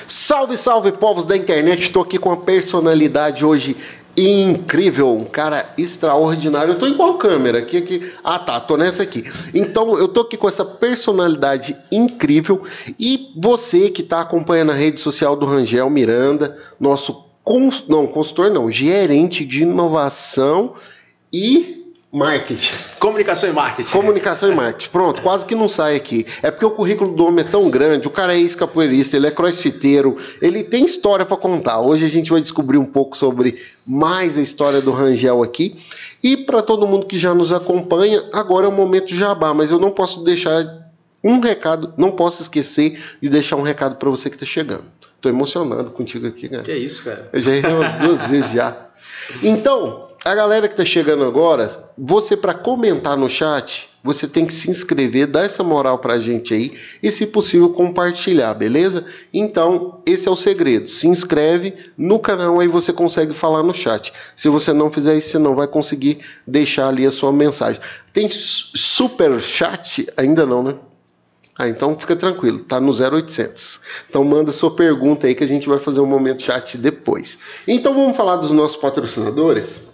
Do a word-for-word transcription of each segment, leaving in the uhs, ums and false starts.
Salve, salve, povos da internet. Estou aqui com uma personalidade hoje incrível, um cara extraordinário. Eu tô em qual câmera? Aqui, aqui. Ah, tá, tô nessa aqui. Então, eu tô aqui com essa personalidade incrível. E você que tá acompanhando a rede social do Rangel Miranda, nosso cons... não, consultor não, gerente de inovação e marketing. Comunicação e marketing. Comunicação e marketing. Pronto, quase que não sai aqui. É porque o currículo do homem é tão grande, o cara é ex-capoeirista, ele é crossfiteiro, ele tem história para contar. Hoje a gente vai descobrir um pouco sobre mais a história do Rangel aqui. E para todo mundo que já nos acompanha, agora é o momento jabá, mas eu não posso deixar um recado, não posso esquecer de deixar um recado para você que está chegando. Tô emocionado contigo aqui, cara. Que isso, cara? Eu já errei umas duas vezes já. Então, a galera que tá chegando agora, você para comentar no chat, você tem que se inscrever, dar essa moral pra gente aí e, se possível, compartilhar, beleza? Então, esse é o segredo. Se inscreve no canal, aí você consegue falar no chat. Se você não fizer isso, você não vai conseguir deixar ali a sua mensagem. Tem super chat? Ainda não, né? Ah, então fica tranquilo, tá no zero oitocentos. Então manda sua pergunta aí que a gente vai fazer um momento chat depois. Então vamos falar dos nossos patrocinadores?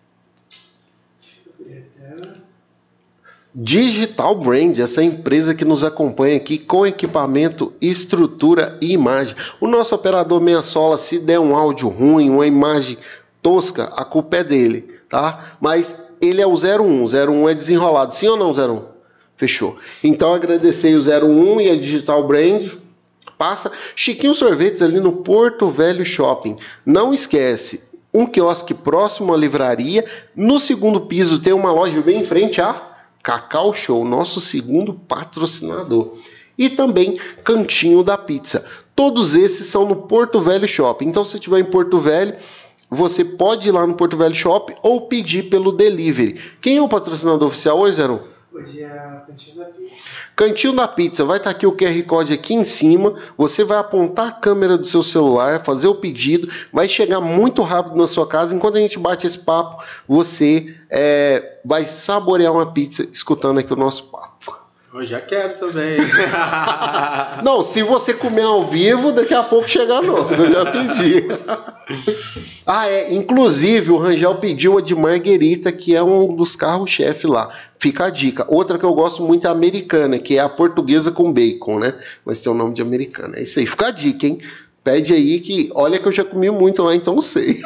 Digital Brand, essa empresa que nos acompanha aqui com equipamento, estrutura e imagem. O nosso operador meia sola, se der um áudio ruim, uma imagem tosca, a culpa é dele, tá? Mas ele é o zero um, zero um é desenrolado, sim ou não, zero um? Fechou. Então agradecer o zero um e a Digital Brand. Passa. Chiquinho Sorvetes ali no Porto Velho Shopping. Não esquece, um quiosque próximo à livraria. No segundo piso tem uma loja bem em frente a Cacau Show, nosso segundo patrocinador. E também Cantinho da Pizza. Todos esses são no Porto Velho Shopping. Então, se você estiver em Porto Velho, você pode ir lá no Porto Velho Shopping ou pedir pelo delivery. Quem é o patrocinador oficial hoje, Zero? Hoje é a Cantinho da Pizza. Cantinho da Pizza. Vai estar aqui o Q R Code aqui em cima. Você vai apontar a câmera do seu celular, fazer o pedido. Vai chegar muito rápido na sua casa. Enquanto a gente bate esse papo, você é, vai saborear uma pizza escutando aqui o nosso papo. Eu já quero também. Não, se você comer ao vivo, daqui a pouco chega a nossa. Eu já pedi. Ah, é. Inclusive, o Rangel pediu a de marguerita, que é um dos carros-chefe lá. Fica a dica. Outra que eu gosto muito é a americana, que é a portuguesa com bacon, né? Mas tem o nome de americana. É isso aí. Fica a dica, hein? Pede aí que... Olha que eu já comi muito lá, então sei.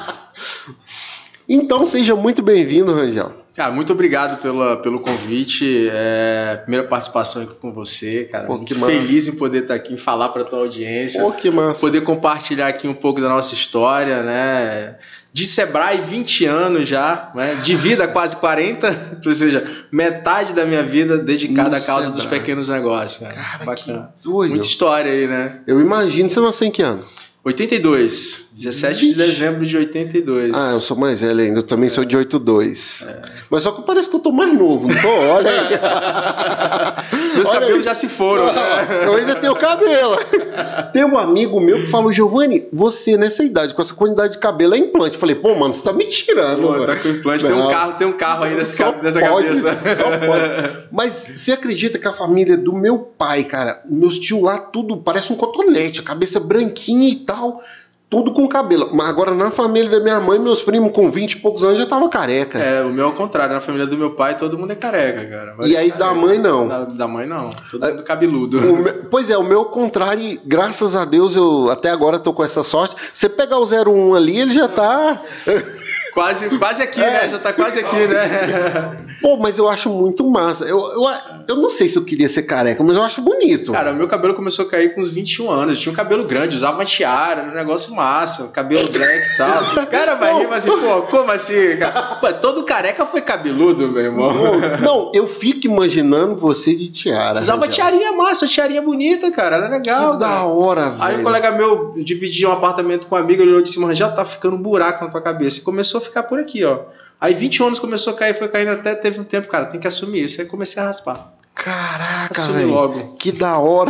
Então, seja muito bem-vindo, Rangel. Cara, muito obrigado pela, pelo convite. É, primeira participação aqui com você, cara. Pô, muito que massa. Feliz em poder estar aqui e falar para a tua audiência. Pô, que massa. Poder compartilhar aqui um pouco da nossa história, né? De Sebrae, vinte anos já, né? De vida, quase quarenta, ou seja, metade da minha vida dedicada No à causa Sebrae. dos pequenos negócios. Cara, Cara, bacana. que doido. Muita história aí, né? Eu imagino. Você nasceu em que ano? oitenta e dois, dezessete de dezembro de oitenta e dois. Ah, eu sou mais velho ainda, eu também é. sou de oitenta e dois. É. Mas só que parece que eu tô mais novo, não tô? Olha aí. Meus Olha cabelos aí. já se foram. Não, né? eu ainda tenho cabelo. Tem um amigo meu que falou, Giovanni, você nessa idade, com essa quantidade de cabelo, é implante. Eu falei, pô, mano, você tá me tirando. Pô, mano. tá com implante, tem um carro, tem um carro aí nessa, Só nessa pode, cabeça. Só pode. Mas você acredita que a família do meu pai, cara, meus tios lá, tudo parece um cotonete, a cabeça branquinha e tal... Tudo com cabelo. Mas agora na família da minha mãe, meus primos com vinte e poucos anos já tava careca. É, o meu é o contrário. Na família do meu pai, todo mundo é careca, cara. Mas e aí careca. da mãe não. Da, da mãe não. Todo mundo cabeludo. O meu, pois é, o meu contrário, e graças a Deus eu até agora tô com essa sorte. Você pegar o zero um ali, ele já tá... Quase, quase aqui, é. né? Já tá quase aqui, né? Pô, mas eu acho muito massa. Eu, eu, eu não sei se eu queria ser careca, mas eu acho bonito. Cara, o meu cabelo começou a cair com uns vinte e um anos. Eu tinha um cabelo grande, usava uma tiara, era um negócio massa, cabelo black e tal. Cara, vai rir, mas assim, pô, como assim? Cara? Pô, todo careca foi cabeludo, meu irmão. Não, não, eu fico imaginando você de tiara. Usava Rangel. tiarinha massa, tiarinha bonita, cara, era legal. Que da hora, velho. Aí um colega meu dividia um apartamento com um amigo, ele olhou de cima, já tá ficando um buraco na tua cabeça. E começou a ficar por aqui, ó. Aí vinte e um anos começou a cair, foi caindo até teve um tempo, cara, tem que assumir isso. Aí comecei a raspar. Caraca, Assumi velho. logo. Que da hora.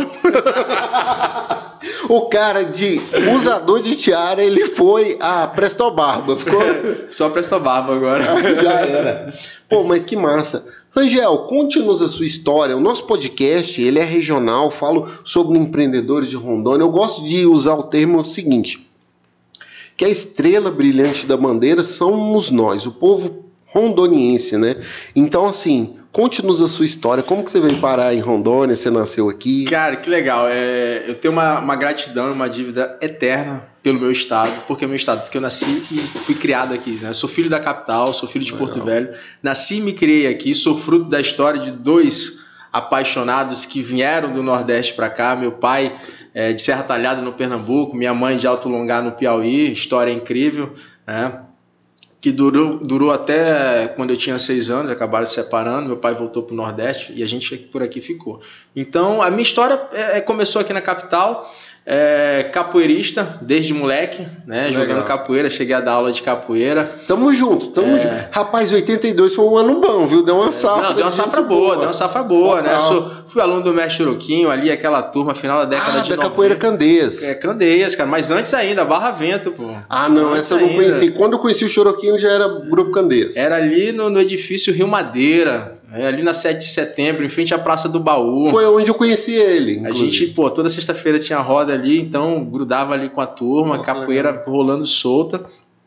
O cara de usador de tiara, ele foi a Presto Barba. Ficou... Só Presto Barba agora. Já era. Pô, mas que massa. Rangel, conte-nos a sua história. O nosso podcast, ele é regional, falo sobre empreendedores de Rondônia. Eu gosto de usar o termo seguinte, que a estrela brilhante da bandeira somos nós, o povo rondoniense, né? Então, assim, conte-nos a sua história. Como que você veio parar em Rondônia? Você nasceu aqui? Cara, que legal. É, eu tenho uma, uma gratidão, uma dívida eterna pelo meu estado. Por que meu estado? Porque eu nasci e fui criado aqui, né? Sou filho da capital, sou filho de legal. Porto Velho. Nasci e me criei aqui. Sou fruto da história de dois apaixonados que vieram do Nordeste para cá. Meu pai é de Serra Talhada, no Pernambuco. Minha mãe de Alto Longá, no Piauí. História incrível, né? Que durou, durou até quando eu tinha seis anos, acabaram se separando, meu pai voltou para o Nordeste e a gente por aqui ficou. Então, a minha história é, começou aqui na capital, é, capoeirista, desde moleque, né, jogando capoeira, cheguei a dar aula de capoeira. Tamo junto, tamo é... junto. Rapaz, oitenta e dois foi um ano bom, viu? Deu uma safra. Não, deu uma safra boa, boa, deu uma safra boa, né? Sou, fui aluno do Mestre Uroquinho, ali, aquela turma, final da década ah, de da noventa. Capoeira Candeias. É, Candeias, cara, mas antes ainda, Barra Vento, pô. Ah, não, antes essa eu não ainda. conheci. Quando eu conheci o Choroquinho, já era Grupo Candeias. Era ali no, no edifício Rio Madeira, é, ali na sete de setembro, em frente à Praça do Baú. Foi onde eu conheci ele, inclusive. A gente, pô, toda sexta-feira tinha roda ali, então grudava ali com a turma, oh, capoeira legal. rolando solta.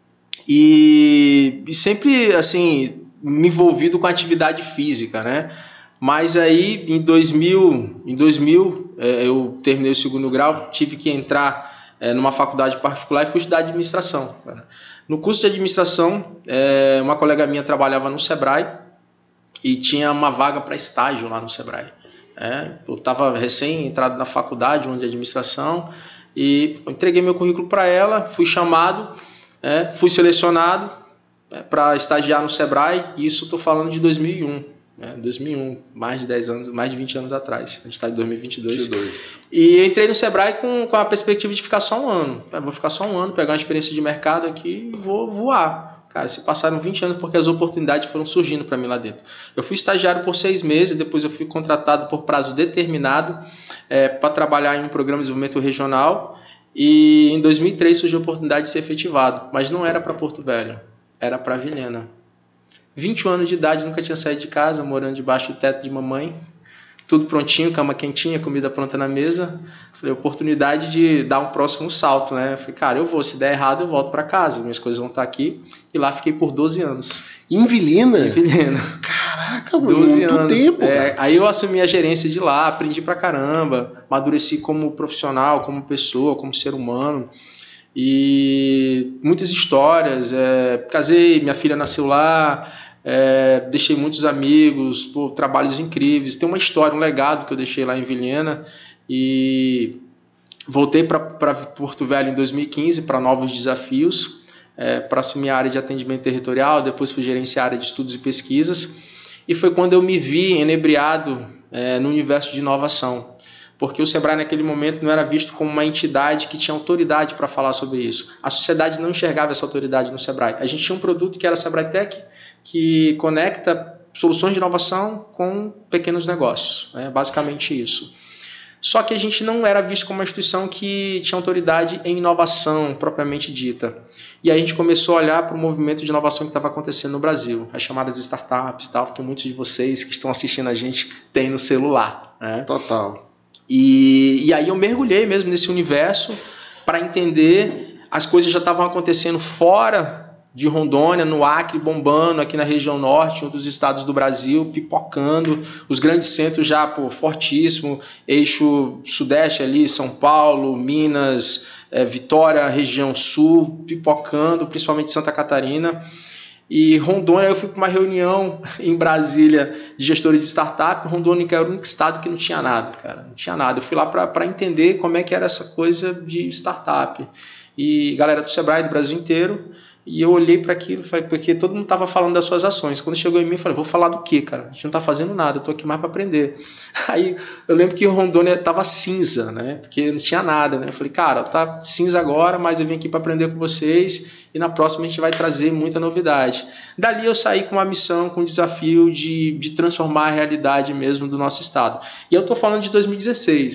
E, e sempre, assim, me envolvido com atividade física, né? Mas aí, em dois mil, em dois mil é, eu terminei o segundo grau, tive que entrar é, numa faculdade particular e fui estudar administração. Cara. No curso de administração, é, uma colega minha trabalhava no Sebrae e tinha uma vaga para estágio lá no Sebrae. É, eu estava recém entrado na faculdade, onde é administração, e entreguei meu currículo para ela, fui chamado, é, fui selecionado é, para estagiar no Sebrae, e isso estou falando de dois mil e um. É, dois mil e um, mais de dez anos, mais de vinte anos atrás. A gente está em dois mil e vinte e dois. vinte e dois. E entrei no Sebrae com, com a perspectiva de ficar só um ano. Eu vou ficar só um ano, pegar uma experiência de mercado aqui e vou voar. Cara, se passaram vinte anos porque as oportunidades foram surgindo para mim lá dentro. Eu fui estagiário por seis meses, depois eu fui contratado por prazo determinado é, para trabalhar em um programa de desenvolvimento regional. E em dois mil e três surgiu a oportunidade de ser efetivado. Mas não era para Porto Velho, era para Vilhena. vinte e um anos de idade, nunca tinha saído de casa, morando debaixo do teto de mamãe, tudo prontinho, cama quentinha, comida pronta na mesa. Falei, oportunidade de dar um próximo salto, né? Falei, cara, eu vou, se der errado eu volto para casa, minhas coisas vão estar aqui. E lá fiquei por doze anos. Em Vilhena? Em Vilhena. Caraca, mano, muito anos. tempo. É, aí eu assumi a gerência de lá, aprendi pra caramba, amadureci como profissional, como pessoa, como ser humano. E muitas histórias, é, casei, minha filha nasceu lá, é, deixei muitos amigos, pô, trabalhos incríveis, tem uma história, um legado que eu deixei lá em Vilhena e voltei para Porto Velho em dois mil e quinze para novos desafios, é, para assumir a área de atendimento territorial, depois fui gerenciar a área de estudos e pesquisas e foi quando eu me vi enebriado é, no universo de inovação. Porque o Sebrae naquele momento não era visto como uma entidade que tinha autoridade para falar sobre isso. A sociedade não enxergava essa autoridade no Sebrae. A gente tinha um produto que era a Sebrae Tech, que conecta soluções de inovação com pequenos negócios. É basicamente isso. Só que a gente não era visto como uma instituição que tinha autoridade em inovação propriamente dita. E aí a gente começou a olhar para o movimento de inovação que estava acontecendo no Brasil, as chamadas startups e tal, que muitos de vocês que estão assistindo a gente têm no celular. Né? Total. E, e aí eu mergulhei mesmo nesse universo para entender as coisas já estavam acontecendo fora de Rondônia, no Acre, bombando, aqui na região norte, um dos estados do Brasil, pipocando, os grandes centros já pô, fortíssimo, eixo sudeste ali, São Paulo, Minas, é, Vitória, região sul, pipocando, principalmente Santa Catarina. E Rondônia, eu fui para uma reunião em Brasília de gestores de startup. Rondônia era o único estado que não tinha nada, cara. Não tinha nada. Eu fui lá para entender como é que era essa coisa de startup. E galera do Sebrae, do Brasil inteiro. E eu olhei para aquilo, porque todo mundo estava falando das suas ações. Quando chegou em mim, eu falei, vou falar do quê, cara? A gente não está fazendo nada, eu estou aqui mais para aprender. Aí eu lembro que Rondônia estava cinza, né? Porque não tinha nada, né? Eu falei, cara, tá cinza agora, mas eu vim aqui para aprender com vocês e na próxima a gente vai trazer muita novidade. Dali eu saí com uma missão, com um desafio de, de transformar a realidade mesmo do nosso estado. E eu estou falando de dois mil e dezesseis.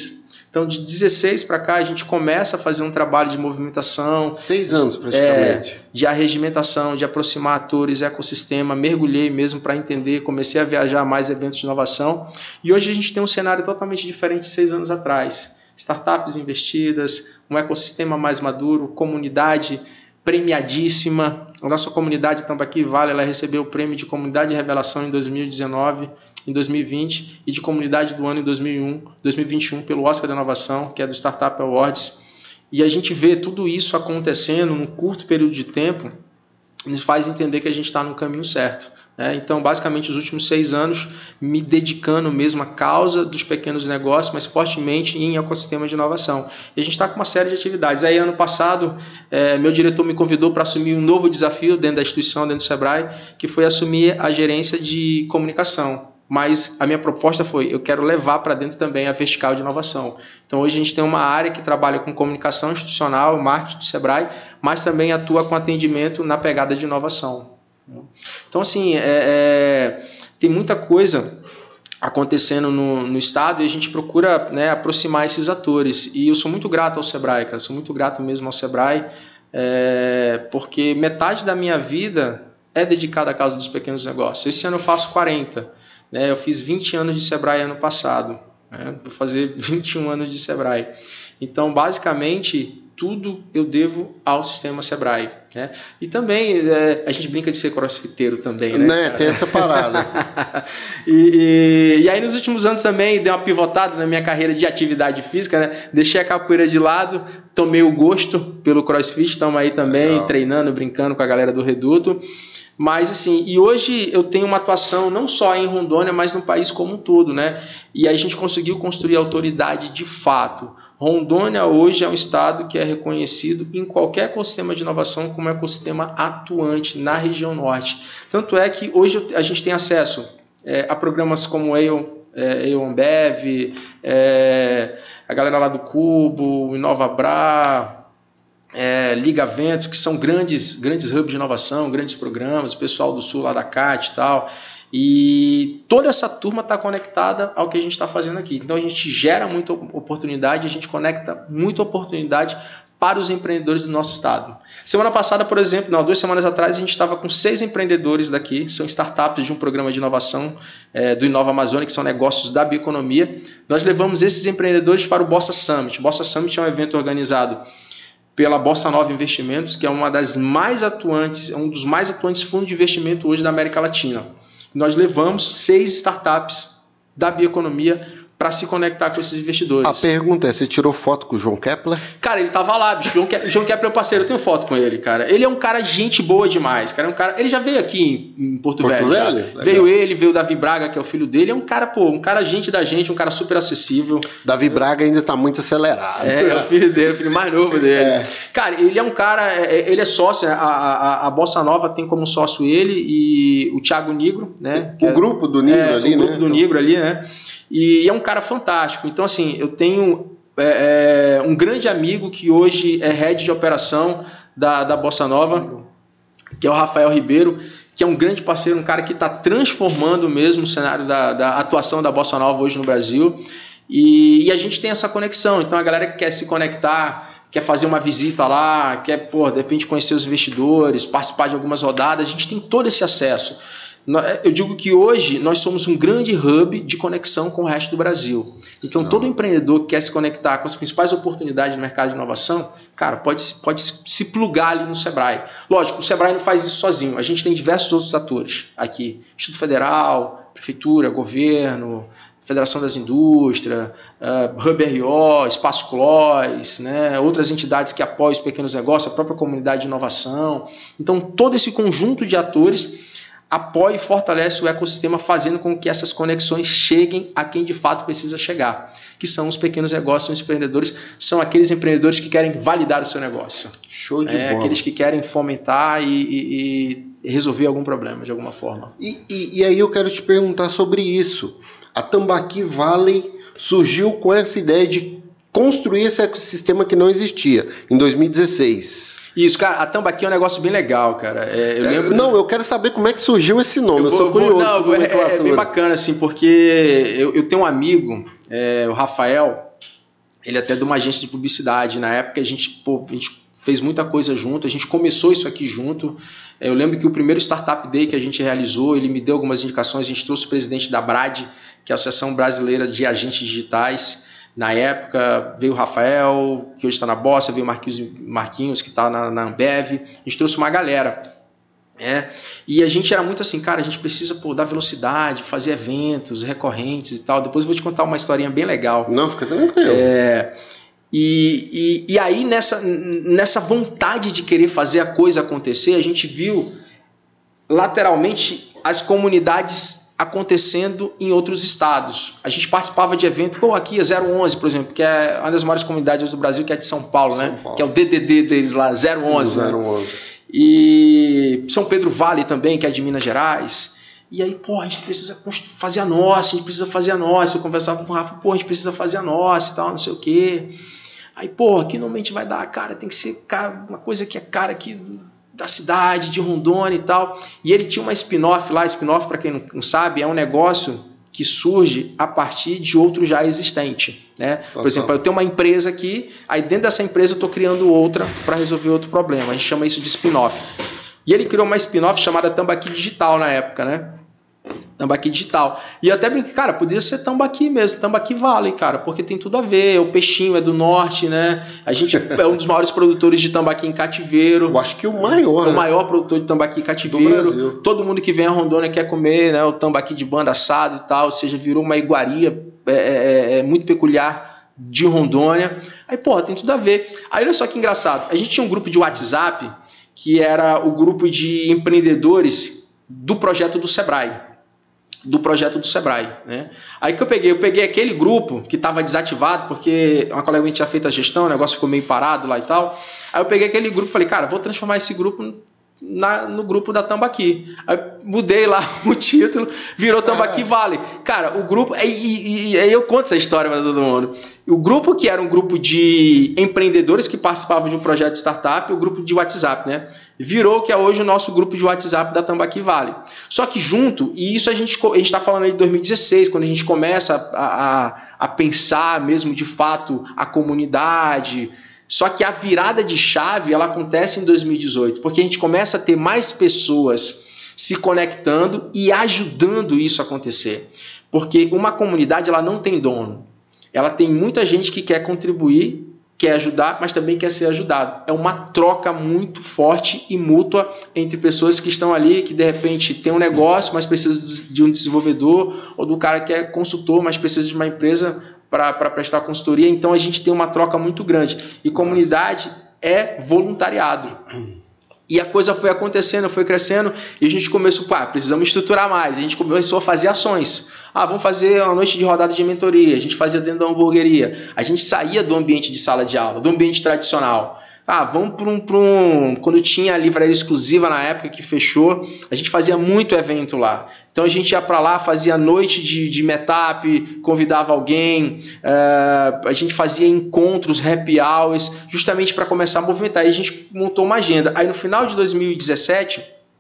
Então, de dezesseis para cá, a gente começa a fazer um trabalho de movimentação. Seis anos, praticamente. É, de arregimentação, de aproximar atores, ecossistema. Mergulhei mesmo para entender, comecei a viajar mais eventos de inovação. E hoje a gente tem um cenário totalmente diferente de seis anos atrás. Startups investidas, um ecossistema mais maduro, comunidade premiadíssima. A nossa comunidade Tambaqui Vale, ela recebeu o prêmio de Comunidade de Revelação em dois mil e dezenove, em dois mil e vinte e de Comunidade do Ano em dois mil e um, dois mil e vinte e um pelo Oscar da Inovação, que é do Startup Awards. E a gente vê tudo isso acontecendo num curto período de tempo, nos faz entender que a gente está no caminho certo. É, então, basicamente, os últimos seis anos me dedicando mesmo à causa dos pequenos negócios, mas fortemente em ecossistema de inovação. E a gente está com uma série de atividades. Aí, ano passado, é, meu diretor me convidou para assumir um novo desafio dentro da instituição, dentro do Sebrae, que foi assumir a gerência de comunicação. Mas a minha proposta foi, eu quero levar para dentro também a vertical de inovação. Então, hoje a gente tem uma área que trabalha com comunicação institucional, marketing do Sebrae, mas também atua com atendimento na pegada de inovação. Então, assim, é, é, tem muita coisa acontecendo no, no estado e a gente procura, né, aproximar esses atores. E eu sou muito grato ao Sebrae, cara, sou muito grato mesmo ao Sebrae, é, porque metade da minha vida é dedicada à causa dos pequenos negócios. Esse ano eu faço quarenta, né, eu fiz vinte anos de Sebrae ano passado, né, vou fazer vinte e um anos de Sebrae. Então, basicamente, tudo eu devo ao sistema Sebrae, né? E também, é, a gente brinca de ser crossfiteiro também, né? né? Tem essa parada. e, e, e aí, nos últimos anos também, dei uma pivotada na minha carreira de atividade física, né? Deixei a capoeira de lado, tomei o gosto pelo crossfit, estamos aí também, legal, treinando, brincando com a galera do Reduto. Mas assim, e hoje eu tenho uma atuação não só em Rondônia, mas no país como um todo, né? E aí a gente conseguiu construir autoridade de fato. Rondônia hoje é um estado que é reconhecido em qualquer ecossistema de inovação como ecossistema atuante na região norte. Tanto é que hoje a gente tem acesso é, a programas como o EO, é, EO Ambev, é, a galera lá do Cubo, InovaBra, É, Liga Vento, que são grandes, grandes hubs de inovação, grandes programas, o pessoal do Sul lá da C A T e tal. E toda essa turma está conectada ao que a gente está fazendo aqui. Então a gente gera muita oportunidade, a gente conecta muita oportunidade para os empreendedores do nosso estado. Semana passada, por exemplo, não, duas semanas atrás, a gente estava com seis empreendedores daqui, são startups de um programa de inovação é, do Inova Amazônia, que são negócios da bioeconomia. Nós levamos esses empreendedores para o Bossa Summit. O Bossa Summit é um evento organizado pela Bossa Nova Investimentos, que é uma das mais atuantes, um dos mais atuantes fundos de investimento hoje da América Latina. Nós levamos seis startups da bioeconomia para se conectar com esses investidores. A pergunta é, você tirou foto com o João Kepler? Cara, ele tava lá, bicho. João Kepler, João Kepler é parceiro, eu tenho foto com ele, cara. Ele é um cara gente boa demais, cara. É um cara, ele já veio aqui em Porto, Porto Velho. Velho? Veio ele, veio o Davi Braga, que é o filho dele. É um cara, pô, um cara gente da gente, um cara super acessível. Davi Braga ainda tá muito acelerado. É, é o filho dele, o filho mais novo dele. É. Cara, ele é um cara, ele é sócio, a, a, a Bossa Nova tem como sócio ele e o Thiago Nigro, né? O é, grupo do Nigro é, ali, o né? O grupo do Nigro ali, né? E é um cara fantástico. Então, assim, eu tenho é, um grande amigo que hoje é head de operação da, da Bossa Nova, que é o Rafael Ribeiro, que é um grande parceiro, um cara que está transformando mesmo o cenário da, da atuação da Bossa Nova hoje no Brasil. E, e a gente tem essa conexão. Então, a galera que quer se conectar, quer fazer uma visita lá, quer, pô, de repente conhecer os investidores, participar de algumas rodadas, a gente tem todo esse acesso. Eu digo que hoje nós somos um grande hub de conexão com o resto do Brasil. Então, não. Todo empreendedor que quer se conectar com as principais oportunidades do mercado de inovação, cara, pode, pode se plugar ali no Sebrae. Lógico, o Sebrae não faz isso sozinho. A gente tem diversos outros atores aqui. Instituto Federal, Prefeitura, Governo, Federação das Indústrias, uh, Hub R O, Espaço Clois, né, outras entidades que apoiam os pequenos negócios, a própria comunidade de inovação. Então, todo esse conjunto de atores apoia e fortalece o ecossistema, fazendo com que essas conexões cheguem a quem de fato precisa chegar, que são os pequenos negócios, são os empreendedores, são aqueles empreendedores que querem validar o seu negócio. Show de é, bola. Aqueles que querem fomentar e, e, e resolver algum problema de alguma forma. E, e, e aí eu quero te perguntar sobre isso. A Tambaqui Valley surgiu com essa ideia de construir esse ecossistema que não existia em dois mil e dezesseis. Isso, cara, a Tambaqui é um negócio bem legal, cara. É, eu lembro... Não, eu quero saber como é que surgiu esse nome, eu, vou, eu sou curioso. Vou, não, é, é bem bacana, assim, porque eu, eu tenho um amigo, é, o Rafael, Ele é até de uma agência de publicidade. Na época a gente, pô, a gente fez muita coisa junto, a gente começou isso aqui junto. Eu lembro que o primeiro Startup Day que a gente realizou, ele me deu algumas indicações, a gente trouxe o presidente da BRAD, que é a Associação Brasileira de Agentes Digitais. Na época veio o Rafael, que hoje está na Bossa, veio o Marquinhos, Marquinhos que está na, na Ambev. A gente trouxe uma galera. É, e a gente era muito assim, cara, a gente precisa pô, dar velocidade, fazer eventos recorrentes e tal. Depois eu vou te contar uma historinha bem legal. Não, fica tranquilo. É, e, e, e aí nessa, nessa vontade de querer fazer a coisa acontecer, a gente viu lateralmente as comunidades acontecendo em outros estados. A gente participava de eventos, pô, aqui é zero onze, por exemplo, que é uma das maiores comunidades do Brasil, que é de São Paulo, São né? Paulo. Que é o D D D deles lá, zero onze. zero onze. E São Pedro Vale também, que é de Minas Gerais. E aí, pô, a gente precisa fazer a nossa, a gente precisa fazer a nossa. Eu conversava com o Rafa, pô, a gente precisa fazer a nossa e tal, não sei o quê. Aí, pô, aqui normalmente vai dar, cara, tem que ser uma coisa que é cara aqui da cidade, de Rondônia e tal. E ele tinha uma spin-off lá, spin-off, para quem não sabe, é um negócio que surge a partir de outro já existente, né? Por tá, exemplo, tá. eu tenho uma empresa aqui, aí dentro dessa empresa eu estou criando outra para resolver outro problema. A gente chama isso de spin-off. E ele criou uma spin-off chamada Tambaqui Digital na época, né? Tambaqui Digital. E eu até brinquei, cara, poderia ser Tambaqui mesmo, Tambaqui Valley, cara, porque tem tudo a ver. O peixinho é do norte, né? A gente é um dos maiores produtores de tambaqui em cativeiro. Eu acho que o maior. O né? maior produtor de tambaqui em cativeiro. Todo mundo que vem a Rondônia quer comer, né? O tambaqui de banda assado e tal. Ou seja, virou uma iguaria é, é, é muito peculiar de Rondônia. Aí, pô, tem tudo a ver. Aí, olha só que engraçado. A gente tinha um grupo de WhatsApp que era o grupo de empreendedores do projeto do Sebrae. do projeto do Sebrae, né? Aí que eu peguei, eu peguei aquele grupo que estava desativado, porque uma colega minha tinha feito a gestão, o negócio ficou meio parado lá e tal. Aí eu peguei aquele grupo e falei, cara, vou transformar esse grupo na, no grupo da Tambaqui. Aí mudei lá o título, virou Tambaqui Valley. Cara, o grupo... E aí eu conto essa história para todo mundo. O grupo que era um grupo de empreendedores que participavam de um projeto de startup, o grupo de WhatsApp, né? Virou que é hoje o nosso grupo de WhatsApp da Tambaqui Valley. Só que junto, e isso a gente a está falando aí de dois mil e dezesseis, quando a gente começa a, a, a pensar mesmo de fato a comunidade. Só que a virada de chave ela acontece em dois mil e dezoito, porque a gente começa a ter mais pessoas se conectando e ajudando isso a acontecer. Porque uma comunidade ela não tem dono. Ela tem muita gente que quer contribuir, quer ajudar, mas também quer ser ajudado. É uma troca muito forte e mútua entre pessoas que estão ali, que de repente tem um negócio, mas precisa de um desenvolvedor, ou do cara que é consultor, mas precisa de uma empresa para prestar consultoria. Então a gente tem uma troca muito grande. E comunidade é voluntariado. E a coisa foi acontecendo, foi crescendo, e a gente começou, pá, precisamos estruturar mais. A gente começou a fazer ações. Ah, vamos fazer uma noite de rodada de mentoria. A gente fazia dentro da hamburgueria. A gente saía do ambiente de sala de aula, do ambiente tradicional. Ah, vamos para um, para um... Quando tinha a livraria exclusiva na época que fechou, a gente fazia muito evento lá. Então a gente ia para lá, fazia noite de, de meetup, convidava alguém, uh, a gente fazia encontros, happy hours, justamente para começar a movimentar. Aí a gente montou uma agenda. Aí no final de dois mil e dezessete,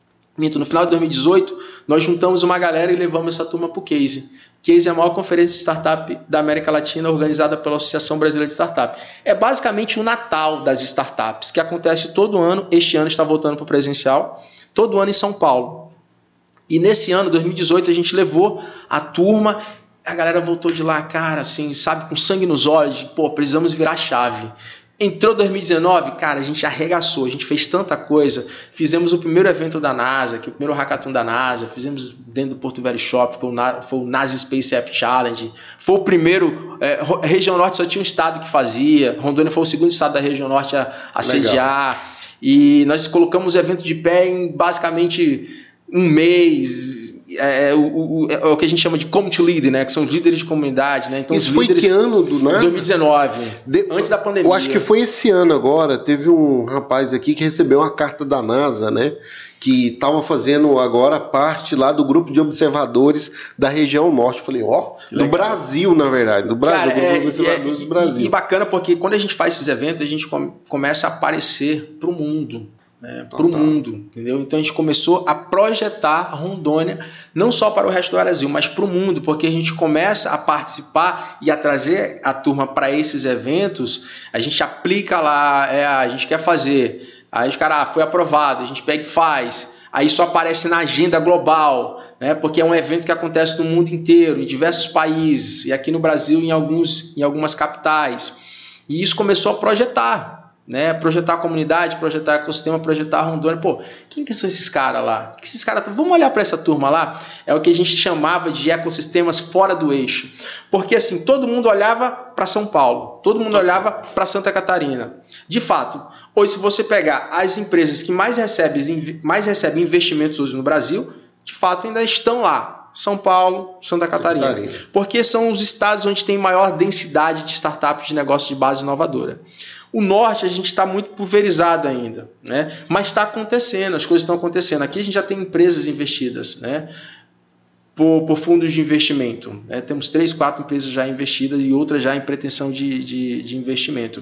no final de dois mil e dezoito, nós juntamos uma galera e levamos essa turma para o Case. Case é a maior conferência de startup da América Latina, organizada pela Associação Brasileira de Startup. É basicamente o Natal das startups, que acontece todo ano. Este ano está voltando para o presencial, todo ano em São Paulo. E nesse ano, dois mil e dezoito, a gente levou a turma, a galera voltou de lá, cara, assim, sabe, com sangue nos olhos, de, pô, precisamos virar a chave. Entrou dois mil e dezenove, cara, a gente arregaçou, a gente fez tanta coisa. Fizemos o primeiro evento da NASA, que é o primeiro hackathon da NASA, fizemos dentro do Porto Velho Shop, que foi o NASA Space App Challenge. Foi o primeiro, é, a região norte só tinha um estado que fazia, Rondônia foi o segundo estado da região norte a, a sediar. E nós colocamos o evento de pé em basicamente um mês. É, é, o, é o que a gente chama de community leader, né? Que são os líderes de comunidade, né? Então, isso foi que ano do NASA? dois mil e dezenove, de... antes da pandemia. Eu acho que foi esse ano agora. Teve um rapaz aqui que recebeu uma carta da NASA, né? Que estava fazendo agora parte lá do grupo de observadores da região norte. Eu falei, ó, oh, do Brasil, na verdade. Do Brasil, Cara, grupo é, de observadores é, do Brasil. E, e bacana porque quando a gente faz esses eventos, a gente come, começa a aparecer para o mundo. né, para o mundo, entendeu? Então a gente começou a projetar Rondônia não só para o resto do Brasil, mas para o mundo, porque a gente começa a participar e a trazer a turma para esses eventos, a gente aplica lá, é, a gente quer fazer, aí os caras, ah, foi aprovado, a gente pega e faz, aí isso aparece na agenda global, né, porque é um evento que acontece no mundo inteiro, em diversos países, e aqui no Brasil em, alguns, em algumas capitais, e isso começou a projetar, né? Projetar a comunidade, projetar o ecossistema, projetar a Rondônia. Pô, quem que são esses caras lá? Que esses caras, vamos olhar para essa turma lá? É o que a gente chamava de ecossistemas fora do eixo. Porque assim, todo mundo olhava para São Paulo, todo mundo olhava para Santa Catarina. De fato, hoje se você pegar as empresas que mais recebem, mais recebem investimentos hoje no Brasil, de fato ainda estão lá. São Paulo, Santa Catarina. Catarina. Porque são os estados onde tem maior densidade de startups de negócio de base inovadora. O norte a gente está muito pulverizado ainda, né? Mas está acontecendo, as coisas estão acontecendo. Aqui a gente já tem empresas investidas, né? por, por fundos de investimento, né? Temos três, quatro empresas já investidas e outras já em pretensão de, de, de investimento.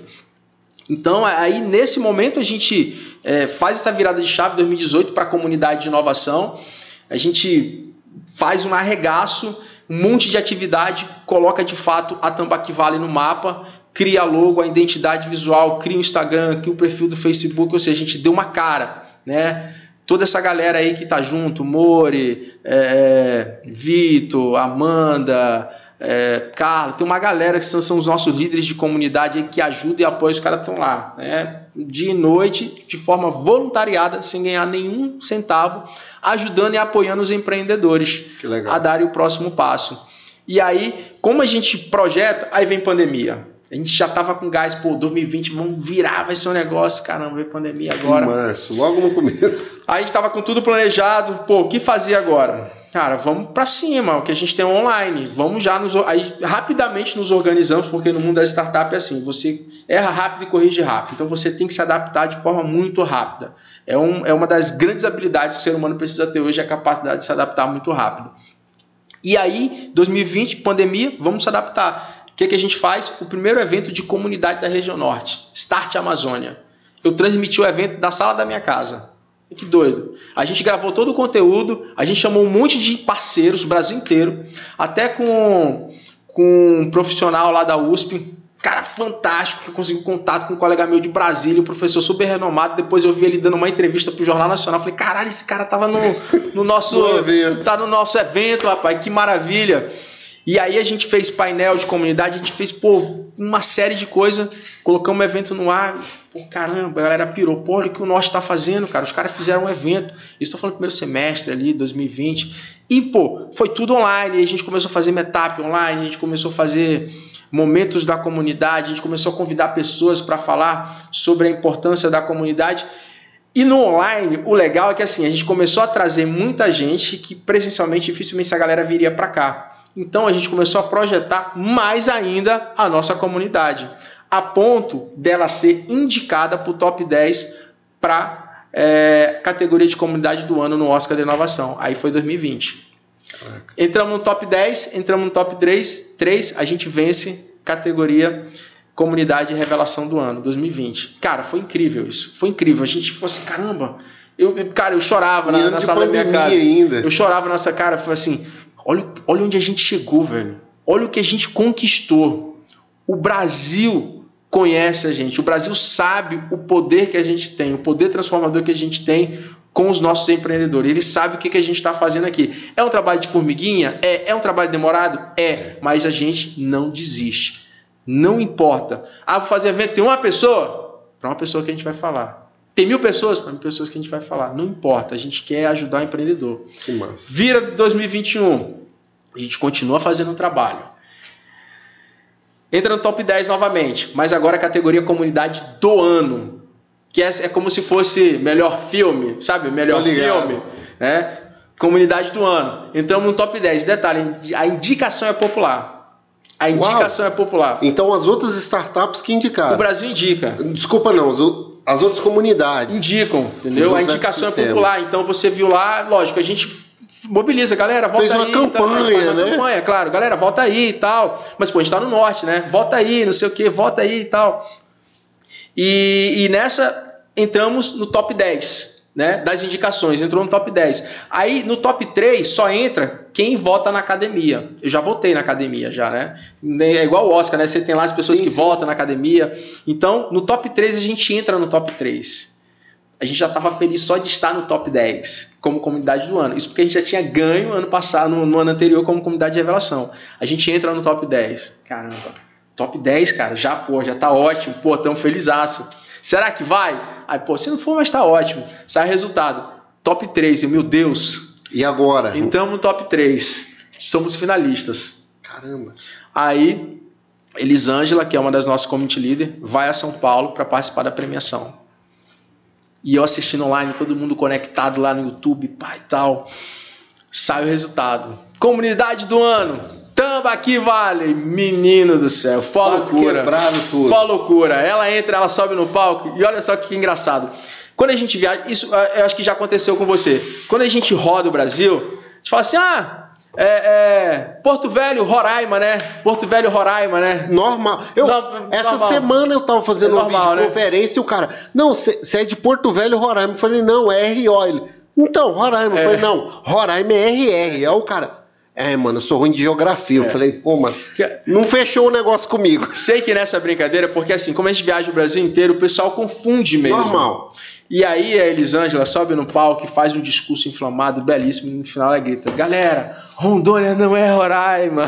Então, aí nesse momento a gente é, faz essa virada de chave dois mil e dezoito para a comunidade de inovação, a gente faz um arregaço, um monte de atividade, coloca de fato a Tambaqui Valley no mapa, cria a logo, a identidade visual, cria o Instagram, cria o perfil do Facebook, ou seja, a gente deu uma cara, né? Toda essa galera aí que tá junto, Mori, é, Vitor, Amanda, é, Carla, tem uma galera que são, são os nossos líderes de comunidade aí que ajudam e apoiam, os caras estão lá, né? Dia e noite, de forma voluntariada, sem ganhar nenhum centavo, ajudando e apoiando os empreendedores a darem o próximo passo. E aí, como a gente projeta, aí vem pandemia. A gente já tava com gás, pô, dois mil e vinte, vamos virar, vai ser um negócio, caramba, veio pandemia agora. Em março, logo no começo. Aí a gente tava com tudo planejado, pô, o que fazer agora? Cara, vamos para cima, o que a gente tem online, vamos já nos... Aí rapidamente nos organizamos, porque no mundo da startup é assim, você erra rápido e corrige rápido, então você tem que se adaptar de forma muito rápida. É, um, é uma das grandes habilidades que o ser humano precisa ter hoje, é a capacidade de se adaptar muito rápido. E aí, dois mil e vinte, pandemia, vamos se adaptar. O que, que a gente faz? O primeiro evento de comunidade da região norte, Start Amazônia. Eu transmiti o evento da sala da minha casa. Que doido. A gente gravou todo o conteúdo, a gente chamou um monte de parceiros, o Brasil inteiro, até com, com um profissional lá da U S P, cara fantástico, que conseguiu contato com um colega meu de Brasília, um professor super renomado. Depois eu vi ele dando uma entrevista pro Jornal Nacional. Falei, caralho, esse cara tava no, no nosso no evento. Tá no nosso evento, rapaz, que maravilha. E aí a gente fez painel de comunidade, a gente fez, pô, uma série de coisas, colocamos um evento no ar, pô, caramba, a galera pirou, pô, olha o que o Norte tá fazendo, cara, os caras fizeram um evento, isso tô falando primeiro semestre ali, dois mil e vinte, e, pô, foi tudo online, a gente começou a fazer meetup online, a gente começou a fazer momentos da comunidade, a gente começou a convidar pessoas para falar sobre a importância da comunidade. E no online, o legal é que assim, a gente começou a trazer muita gente que presencialmente dificilmente essa galera viria para cá. Então a gente começou a projetar mais ainda a nossa comunidade, a ponto dela ser indicada para o top dez para é, categoria de comunidade do ano no Oscar de Inovação. Aí foi dois mil e vinte. Caraca. Entramos no top dez, entramos no top três, três, a gente vence categoria comunidade revelação do ano, dois mil e vinte. Cara, foi incrível isso, foi incrível. A gente falou assim, caramba, eu, cara, eu chorava na, na sala da minha casa. Ainda. Eu chorava nessa cara, foi assim... Olha, olha onde a gente chegou, velho. Olha o que a gente conquistou. O Brasil conhece a gente. O Brasil sabe o poder que a gente tem, o poder transformador que a gente tem com os nossos empreendedores. Ele sabe o que a gente está fazendo aqui. É um trabalho de formiguinha? É. É um trabalho demorado? É. Mas a gente não desiste. Não importa. Ah, vou fazer evento, tem uma pessoa? Para uma pessoa que a gente vai falar. Tem mil pessoas? Para mil pessoas que a gente vai falar. Não importa, a gente quer ajudar o empreendedor. Que massa. Vira dois mil e vinte e um. A gente continua fazendo um trabalho. Entra no top dez novamente, mas agora a categoria comunidade do ano. Que é, é como se fosse melhor filme, sabe? Melhor filme. Né? Comunidade do ano. Entramos no top dez. Detalhe, a indicação é popular. A indicação Uau. é popular. Então as outras startups que indicaram. O Brasil indica. Desculpa não, os As outras comunidades. Indicam, entendeu? A indicação é popular. Então você viu lá, lógico, a gente mobiliza, galera, volta aí. Fez uma aí, campanha, faz uma né? campanha, claro, galera, volta aí e tal. Mas, pô, a gente tá no norte, né? Volta aí, não sei o quê, volta aí e tal. E, e nessa, entramos no top dez, né, das indicações, entrou no top dez. Aí no top três só entra quem vota na academia. Eu já votei na academia, já, né? É igual o Oscar, né? Você tem lá as pessoas sim, que sim. votam na academia. Então, no top três a gente entra no top três. A gente já estava feliz só de estar no top dez como comunidade do ano. Isso porque a gente já tinha ganho ano passado, no, no ano anterior, como comunidade de revelação. A gente entra no top dez. Caramba, top dez, cara, já, pô, já tá ótimo. Pô, tamo felizaço. Será que vai? Aí, pô, se não for, mas tá ótimo. Sai o resultado. top três, e meu Deus. E agora? Então, no top três. Somos finalistas. Caramba. Aí, Elisângela, que é uma das nossas community leaders, vai a São Paulo para participar da premiação. E eu assistindo online, todo mundo conectado lá no YouTube, pai e tal. Sai o resultado. Comunidade do ano. Tambaqui Valley. Menino do céu. Fó loucura. Quebraram tudo. Fó loucura. Ela entra, ela sobe no palco. E olha só que engraçado. Quando a gente viaja, isso eu acho que já aconteceu com você. Quando a gente roda o Brasil, a gente fala assim, ah... É, é, Porto Velho, Roraima, né? Porto Velho, Roraima, né? Normal. Eu, no, essa normal. semana eu tava fazendo é uma normal, videoconferência, né? E o cara, não, você é de Porto Velho, Roraima. Eu falei, não, é R O. Ele, então, Roraima. É. Eu falei, não, Roraima é R R. Aí o cara, é, mano, eu sou ruim de geografia. É. Eu falei, pô, mano, não fechou o negócio comigo. Sei que nessa brincadeira, porque assim, como a gente viaja o Brasil inteiro, o pessoal confunde mesmo. Normal. E aí a Elisângela sobe no palco e faz um discurso inflamado, belíssimo, e no final ela grita, galera, Rondônia não é Roraima.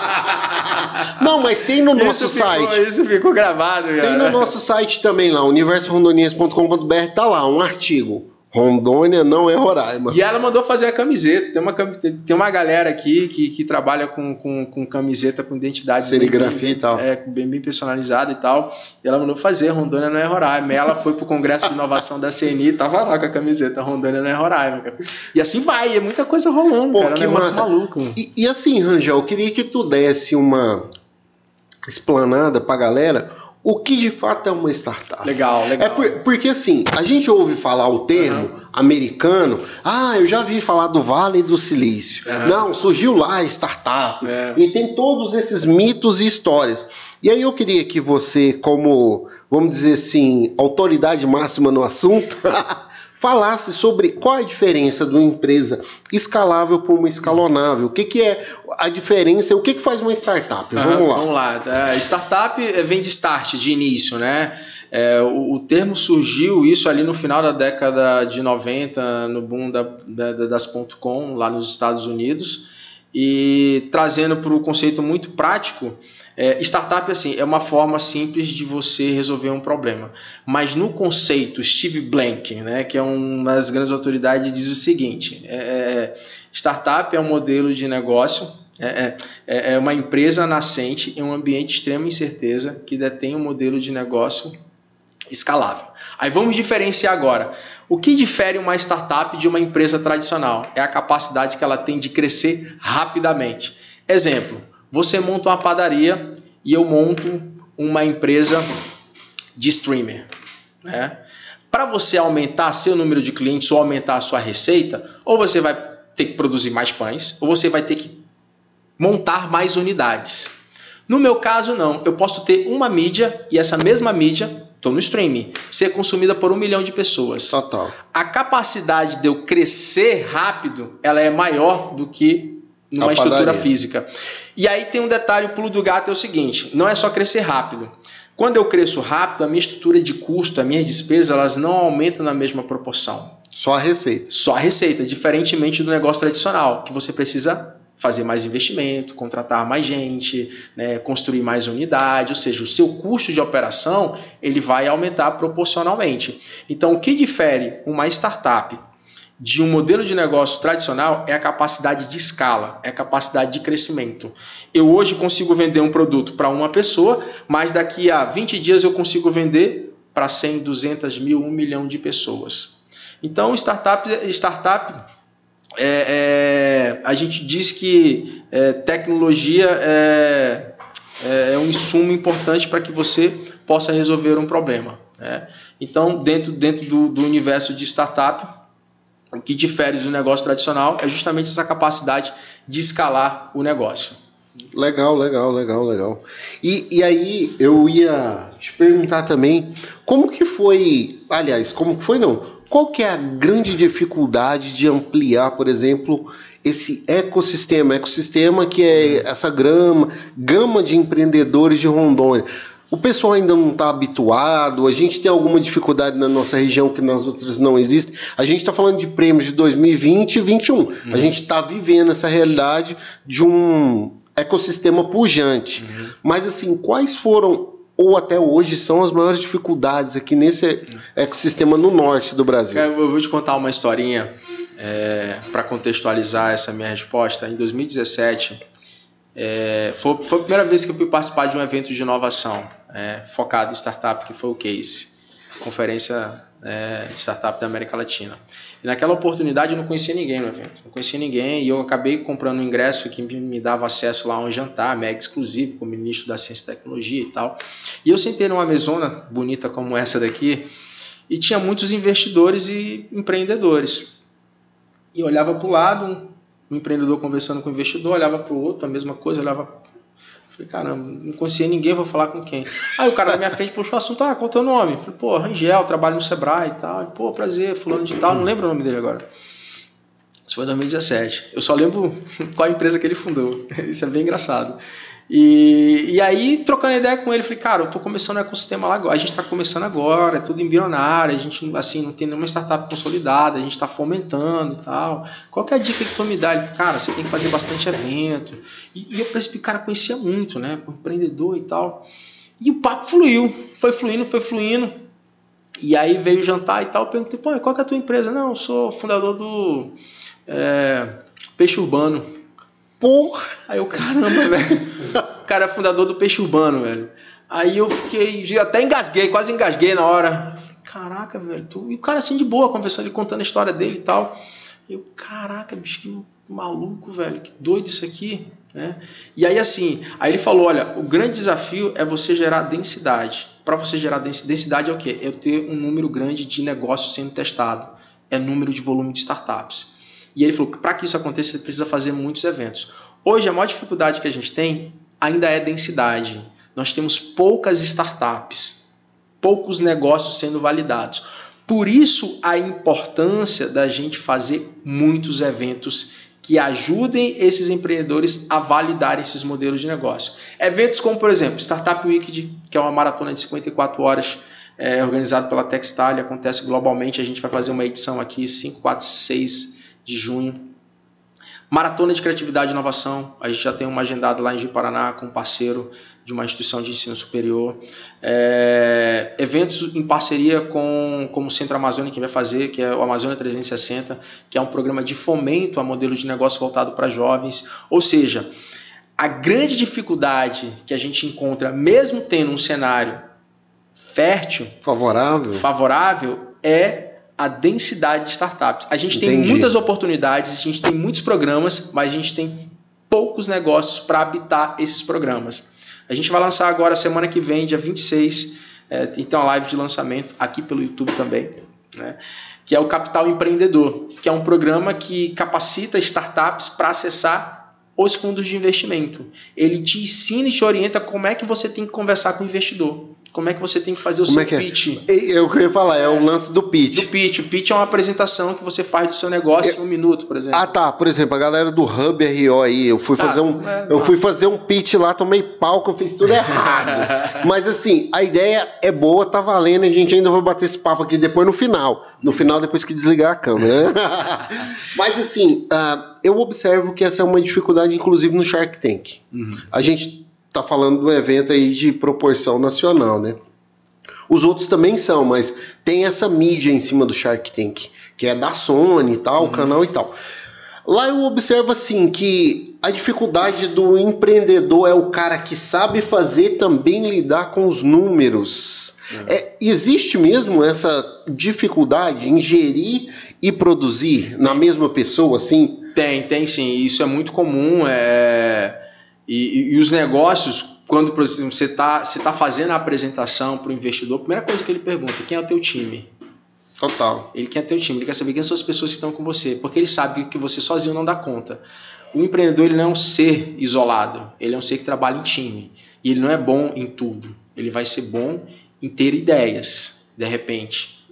Não, mas tem no nosso isso ficou, site. Isso ficou gravado, cara. Tem no nosso site também lá, universo rondoniense ponto com ponto b r, tá lá, um artigo. Rondônia não é Roraima. E ela mandou fazer a camiseta. Tem uma, tem uma galera aqui que, que trabalha com, com, com camiseta, com identidade. Serigrafia bem, e tal. É, bem, bem personalizada e tal. E ela mandou fazer, Rondônia não é Roraima. E ela foi pro Congresso de Inovação da C N I e tava lá com a camiseta, Rondônia não é Roraima. Cara. E assim vai, é muita coisa rolando. Pô, cara, que um massa. Maluco. E, e assim, Rangel, eu queria que tu desse uma explanada pra galera. O que de fato é uma startup? Legal, legal. É por, porque assim, a gente ouve falar o termo uhum. americano, ah, eu já vi falar do Vale do Silício. Uhum. Não, surgiu lá startup. É. E tem todos esses mitos e histórias. E aí eu queria que você, como, vamos dizer assim, autoridade máxima no assunto, falasse sobre qual é a diferença de uma empresa escalável para uma escalonável. O que, que é a diferença? O que, que faz uma startup? Uhum, vamos lá. Vamos lá. A startup vem de start, de início, né? É, o, o termo surgiu, isso ali no final da década de noventa, no boom da, da, das ponto com, lá nos Estados Unidos, e trazendo para o conceito muito prático. É, startup assim, é uma forma simples de você resolver um problema. Mas no conceito, Steve Blank, né, que é uma das grandes autoridades, diz o seguinte, é, startup é um modelo de negócio, é, é, é uma empresa nascente em um ambiente de extrema incerteza que detém um modelo de negócio escalável. Aí vamos diferenciar agora. O que difere uma startup de uma empresa tradicional? É a capacidade que ela tem de crescer rapidamente. Exemplo. Você monta uma padaria e eu monto uma empresa de streamer. Né? Para você aumentar seu número de clientes ou aumentar a sua receita, ou você vai ter que produzir mais pães, ou você vai ter que montar mais unidades. No meu caso, não. Eu posso ter uma mídia e essa mesma mídia, estou no streaming, ser consumida por um milhão de pessoas. Total. A capacidade de eu crescer rápido, ela é maior do que numa estrutura física. E aí tem um detalhe, o pulo do gato é o seguinte, não é só crescer rápido. Quando eu cresço rápido, a minha estrutura de custo, as minhas despesas, elas não aumentam na mesma proporção. Só a receita. Só a receita, diferentemente do negócio tradicional, que você precisa fazer mais investimento, contratar mais gente, né, construir mais unidade, ou seja, o seu custo de operação ele vai aumentar proporcionalmente. Então, o que difere uma startup de um modelo de negócio tradicional é a capacidade de escala, é a capacidade de crescimento. Eu hoje consigo vender um produto para uma pessoa, mas daqui a vinte dias eu consigo vender para cem, duzentas mil, um milhão de pessoas. Então, startup, startup é, é, a gente diz que é, tecnologia é, é um insumo importante para que você possa resolver um problema. Né? Então, dentro, dentro do, do universo de startup, o que difere do negócio tradicional é justamente essa capacidade de escalar o negócio. Legal, legal, legal, legal. E, e aí eu ia te perguntar também, como que foi aliás, como que foi não? Qual que é a grande dificuldade de ampliar, por exemplo, esse ecossistema, ecossistema que é essa grama, gama de empreendedores de Rondônia? O pessoal ainda não está habituado, a gente tem alguma dificuldade na nossa região que nas outras não existe. A gente está falando de prêmios de dois mil e vinte e vinte e um. Uhum. A gente está vivendo essa realidade de um ecossistema pujante. Uhum. Mas assim, quais foram, ou até hoje, são as maiores dificuldades aqui nesse ecossistema no norte do Brasil? Eu vou te contar uma historinha é, para contextualizar essa minha resposta. Em dois mil e dezessete, é, foi, foi a primeira vez que eu fui participar de um evento de inovação é, focado em startup, que foi o Case, Conferência é, de Startup da América Latina. E naquela oportunidade eu não conhecia ninguém no evento, não conhecia ninguém, e eu acabei comprando um ingresso que me dava acesso lá a um jantar mega exclusivo com o ministro da Ciência e Tecnologia e tal. E eu sentei numa mesona bonita como essa daqui, e tinha muitos investidores e empreendedores. E eu olhava para o lado, um um empreendedor conversando com o investidor, olhava para o outro, a mesma coisa, olhava... Falei, caramba, não conhecia ninguém, vou falar com quem? Aí o cara na minha frente puxou o assunto, ah, qual é o teu nome? Falei, pô, Rangel, trabalho no Sebrae e tal. Pô, prazer, fulano de tal, não lembro o nome dele agora. Isso foi em dois mil e dezessete. Eu só lembro qual empresa que ele fundou. Isso é bem engraçado. E, e aí, trocando ideia com ele, falei, cara, eu tô começando o ecossistema lá agora, a gente tá começando agora, é tudo embrionário, a gente assim, não tem nenhuma startup consolidada, a gente tá fomentando e tal. Qual que é a dica que tu me dá? Ele, cara, você tem que fazer bastante evento. E, e eu percebi que o cara conhecia muito, né, empreendedor e tal. E o papo fluiu, foi fluindo, foi fluindo. E aí veio o jantar e tal, eu perguntei, pô, qual que é a tua empresa? Não, eu sou fundador do é, Peixe Urbano. Porra! Aí eu, caramba, velho. O cara é fundador do Peixe Urbano, velho. Aí eu fiquei, até engasguei, quase engasguei na hora. Falei, caraca, velho. Tu... E o cara assim de boa, conversando, ele contando a história dele e tal. Eu, caraca, bicho, que maluco, velho. Que doido isso aqui, né? E aí assim, aí ele falou, olha, o grande desafio é você gerar densidade. Para você gerar densidade é o quê? É eu ter um número grande de negócios sendo testado. É número de volume de startups. E ele falou que para que isso aconteça, você precisa fazer muitos eventos. Hoje, a maior dificuldade que a gente tem ainda é densidade. Nós temos poucas startups, poucos negócios sendo validados. Por isso, a importância da gente fazer muitos eventos que ajudem esses empreendedores a validarem esses modelos de negócio. Eventos como, por exemplo, Startup Weekend, que é uma maratona de cinquenta e quatro horas, é, organizado pela Techstyle, acontece globalmente. A gente vai fazer uma edição aqui, cinco, quatro, seis de junho. Maratona de Criatividade e Inovação, a gente já tem uma agendada lá em Ji-Paraná com um parceiro de uma instituição de ensino superior. É, eventos em parceria com, com o Centro Amazônia, que vai fazer, que é o Amazônia trezentos e sessenta, que é um programa de fomento a modelo de negócio voltado para jovens. Ou seja, a grande dificuldade que a gente encontra, mesmo tendo um cenário fértil, favorável, favorável é a densidade de startups. A gente Entendi. Tem muitas oportunidades, a gente tem muitos programas, mas a gente tem poucos negócios para habitar esses programas. A gente vai lançar agora, semana que vem, dia vinte e seis, é, então a live de lançamento, aqui pelo YouTube também, né, que é o Capital Empreendedor, que é um programa que capacita startups para acessar os fundos de investimento. Ele te ensina e te orienta como é que você tem que conversar com o investidor. Como é que você tem que fazer o como seu é que pitch. É? Eu queria falar, é, é o lance do pitch. Do pitch. O pitch é uma apresentação que você faz do seu negócio eu... em um minuto, por exemplo. Ah, tá. Por exemplo, a galera do Hub R O aí, eu fui, tá, fazer, um, é, eu fui fazer um pitch lá, tomei pau que eu fiz tudo errado. Mas assim, a ideia é boa, tá valendo, a gente ainda vai bater esse papo aqui depois no final. No final, depois que desligar a câmera. Mas assim, uh, eu observo que essa é uma dificuldade, inclusive, no Shark Tank. Uhum. A gente tá falando de um evento aí de proporção nacional, né? Os outros também são, mas tem essa mídia em cima do Shark Tank, que é da Sony e tal, uhum. o canal e tal. Lá eu observo assim que a dificuldade do empreendedor é o cara que sabe fazer também lidar com os números. Uhum. É, existe mesmo essa dificuldade em gerir e produzir na mesma pessoa, assim? Tem, tem sim. Isso é muito comum. É... E, e, e os negócios, quando por exemplo, você está você tá fazendo a apresentação para o investidor, a primeira coisa que ele pergunta, quem é o teu time? Total. Ele quer teu time, ele quer saber quem são as pessoas que estão com você, porque ele sabe que você sozinho não dá conta. O empreendedor ele não é um ser isolado, ele é um ser que trabalha em time. E ele não é bom em tudo. Ele vai ser bom em ter ideias, de repente.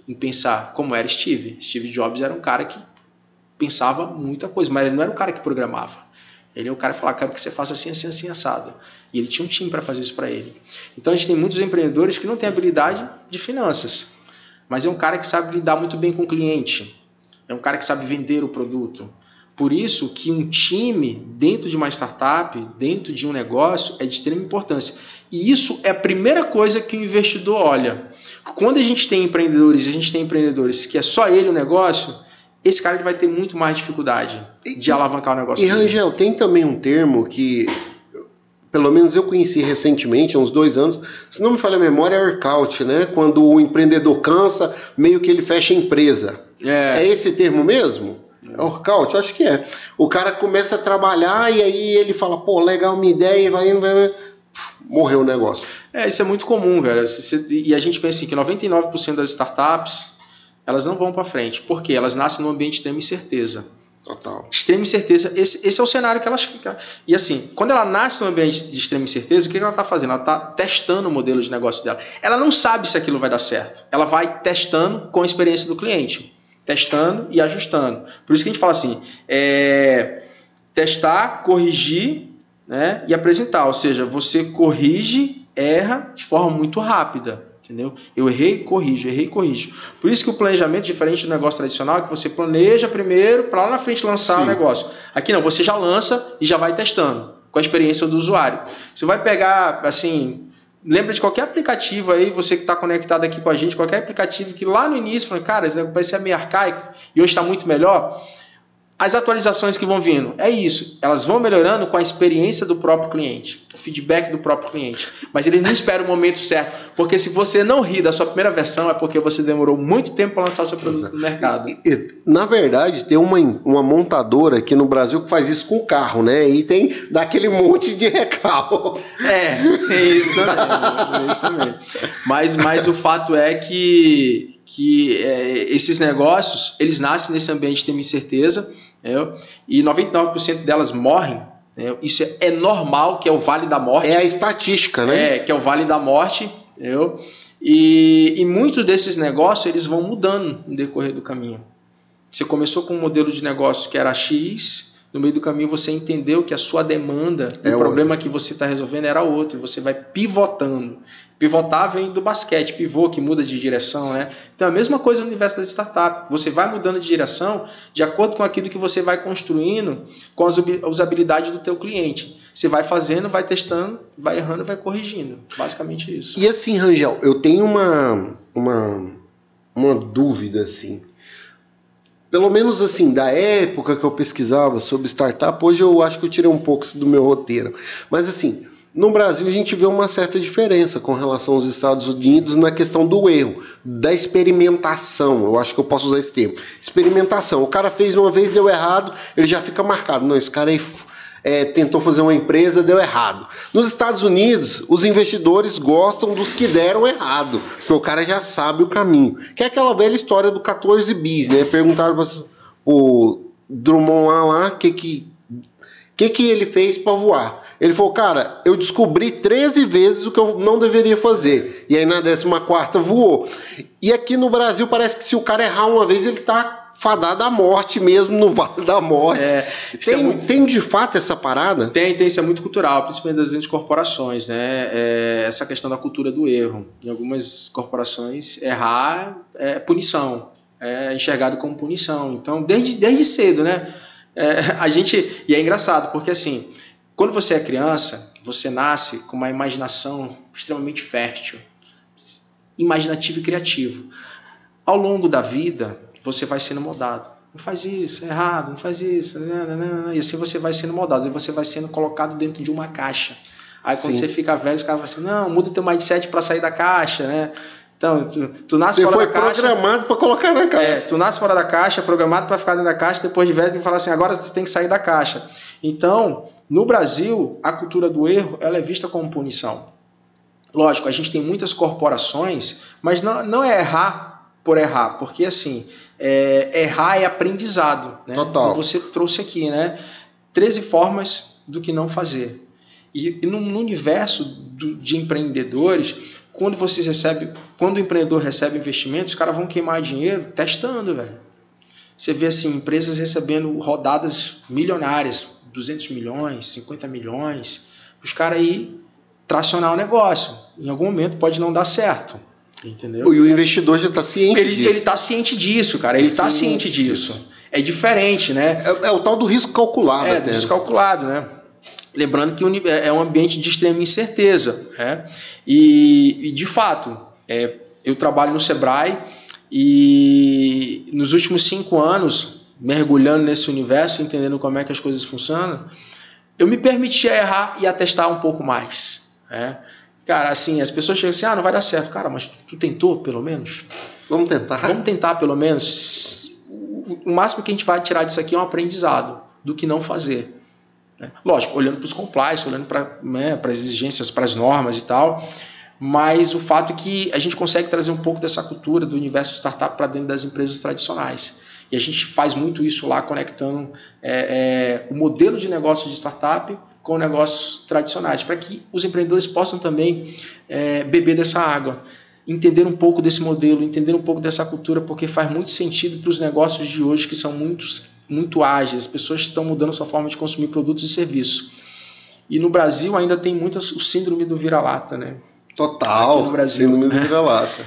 em pensar como era Steve. Steve Jobs era um cara que pensava muita coisa, mas ele não era o cara que programava. Ele é o cara que falava, quero que você faça assim, assim, assim, assado. E ele tinha um time para fazer isso para ele. Então a gente tem muitos empreendedores que não têm habilidade de finanças, mas é um cara que sabe lidar muito bem com o cliente. É um cara que sabe vender o produto. Por isso que um time dentro de uma startup, dentro de um negócio, é de extrema importância. E isso é a primeira coisa que o investidor olha. Quando a gente tem empreendedores, a gente tem empreendedores que é só ele o negócio, esse cara ele vai ter muito mais dificuldade de e, alavancar o negócio. E, Rangel, tem também um termo que, pelo menos eu conheci recentemente, há uns dois anos, se não me falha a memória, é workout, né? Quando o empreendedor cansa, meio que ele fecha a empresa. É, é esse termo mesmo? É workout? Eu acho que é. O cara começa a trabalhar e aí ele fala, pô, legal, minha ideia, vai indo, vai indo. Morreu o negócio. É, isso é muito comum, velho. E a gente pensa assim, que noventa e nove por cento das startups, elas não vão para frente. Por quê? Elas nascem num ambiente de extrema incerteza. Total. Extrema incerteza. Esse, esse é o cenário que elas... E assim, quando ela nasce num ambiente de extrema incerteza, o que ela está fazendo? Ela está testando o modelo de negócio dela. Ela não sabe se aquilo vai dar certo. Ela vai testando com a experiência do cliente. Testando e ajustando. Por isso que a gente fala assim, é, testar, corrigir, né, e apresentar. Ou seja, você corrige, erra de forma muito rápida. Entendeu? Eu errei, corrijo, errei, corrijo. Por isso que o planejamento, diferente do negócio tradicional, é que você planeja primeiro para lá na frente lançar Sim. o negócio. Aqui não, você já lança e já vai testando com a experiência do usuário. Você vai pegar, assim... Lembra de qualquer aplicativo aí, você que está conectado aqui com a gente, qualquer aplicativo que lá no início, falou, cara, isso vai ser meio arcaico e hoje está muito melhor. As atualizações que vão vindo, é isso. Elas vão melhorando com a experiência do próprio cliente, o feedback do próprio cliente. Mas ele não espera o momento certo, porque se você não ri da sua primeira versão, é porque você demorou muito tempo para lançar o seu produto no mercado. E, e, na verdade, tem uma, uma montadora aqui no Brasil que faz isso com o carro, né? E tem daquele monte de recalque. É, tem isso também. Tem isso também. Mas, mas o fato é que, que é, esses negócios, eles nascem nesse ambiente de incerteza, é, e noventa e nove por cento delas morrem. É, isso é, é normal, que é o vale da morte. É a estatística, né? É, que é o vale da morte. É, e, e muitos desses negócios eles vão mudando no decorrer do caminho. Você começou com um modelo de negócio que era X, no meio do caminho você entendeu que a sua demanda, é o problema outro. que você está resolvendo era outro, e você vai pivotando. Pivotar vem do basquete, pivô que muda de direção, né? Então é a mesma coisa no universo das startups. Você vai mudando de direção de acordo com aquilo que você vai construindo com as usabilidades do teu cliente. Você vai fazendo, vai testando, vai errando, vai corrigindo. Basicamente isso. E assim, Rangel, eu tenho uma, uma, uma dúvida assim. Pelo menos assim, da época que eu pesquisava sobre startup, hoje eu acho que eu tirei um pouco do meu roteiro. Mas assim, no Brasil a gente vê uma certa diferença com relação aos Estados Unidos na questão do erro, da experimentação. Eu acho que eu posso usar esse termo. Experimentação. O cara fez uma vez, deu errado, ele já fica marcado. Não, esse cara aí é, tentou fazer uma empresa, deu errado. Nos Estados Unidos, os investidores gostam dos que deram errado, porque o cara já sabe o caminho. Que é aquela velha história do quatorze bis, né? Perguntaram para o Drummond lá, lá que, que, que, que ele fez para voar. Ele falou, cara, eu descobri treze vezes o que eu não deveria fazer. E aí na décima quarta voou. E aqui no Brasil parece que se o cara errar uma vez, ele tá fadado à morte mesmo, no vale da morte. É, tem, é muito... tem de fato essa parada? Tem, tem, isso é muito cultural, principalmente das grandes corporações, né? É, essa questão da cultura do erro. Em algumas corporações, errar é punição, é enxergado como punição. Então, desde, desde cedo, né? É, a gente... E é engraçado, porque assim... Quando você é criança, você nasce com uma imaginação extremamente fértil, imaginativa e criativa. Ao longo da vida, você vai sendo moldado. Não faz isso, é errado, não faz isso. Nananana, e assim você vai sendo moldado, e você vai sendo colocado dentro de uma caixa. Aí quando Sim. você fica velho, os caras falam assim, não, muda teu mindset para sair da caixa, né? Então, tu, tu nasce você fora da caixa... Você foi programado para colocar na caixa. É, tu nasce fora da caixa, programado para ficar dentro da caixa, depois de velho tem que falar assim, agora você tem que sair da caixa. Então... No Brasil, a cultura do erro ela é vista como punição. Lógico, a gente tem muitas corporações, mas não, não é errar por errar, porque assim, é, errar é aprendizado. Né? Total. Como você trouxe aqui, né? treze formas do que não fazer. E, e no, no universo do, de empreendedores, quando vocês recebem quando o empreendedor recebe investimento, os caras vão queimar dinheiro testando, velho. Você vê assim, empresas recebendo rodadas milionárias, duzentos milhões, cinquenta milhões, os caras aí tracionar o negócio. Em algum momento pode não dar certo, entendeu? E o investidor já está ciente ele, disso. Ele está ciente disso, cara. Ele está ciente disso. disso. É diferente, né? É, é o tal do risco calculado. É, até, do risco calculado, né? Lembrando que é um ambiente de extrema incerteza, né? E, e de fato, é, eu trabalho no Sebrae e nos últimos cinco anos, mergulhando nesse universo, entendendo como é que as coisas funcionam, eu me permitia errar e atestar um pouco mais, né? Cara, assim, as pessoas chegam assim, ah, não vai dar certo. Cara, mas tu tentou, pelo menos? Vamos tentar. Vamos tentar, pelo menos. O máximo que a gente vai tirar disso aqui é um aprendizado do que não fazer. Né? Lógico, olhando para os compliance, olhando para, né, para as exigências, para as normas e tal, mas o fato é que a gente consegue trazer um pouco dessa cultura do universo de startup para dentro das empresas tradicionais. E a gente faz muito isso lá, conectando é, é, o modelo de negócio de startup com negócios tradicionais, para que os empreendedores possam também é, beber dessa água, entender um pouco desse modelo, entender um pouco dessa cultura, porque faz muito sentido para os negócios de hoje, que são muito, muito ágeis. As pessoas estão mudando sua forma de consumir produtos e serviços. E no Brasil ainda tem muito o síndrome do vira-lata, né? Total, no Brasil, síndrome né? do vira-lata.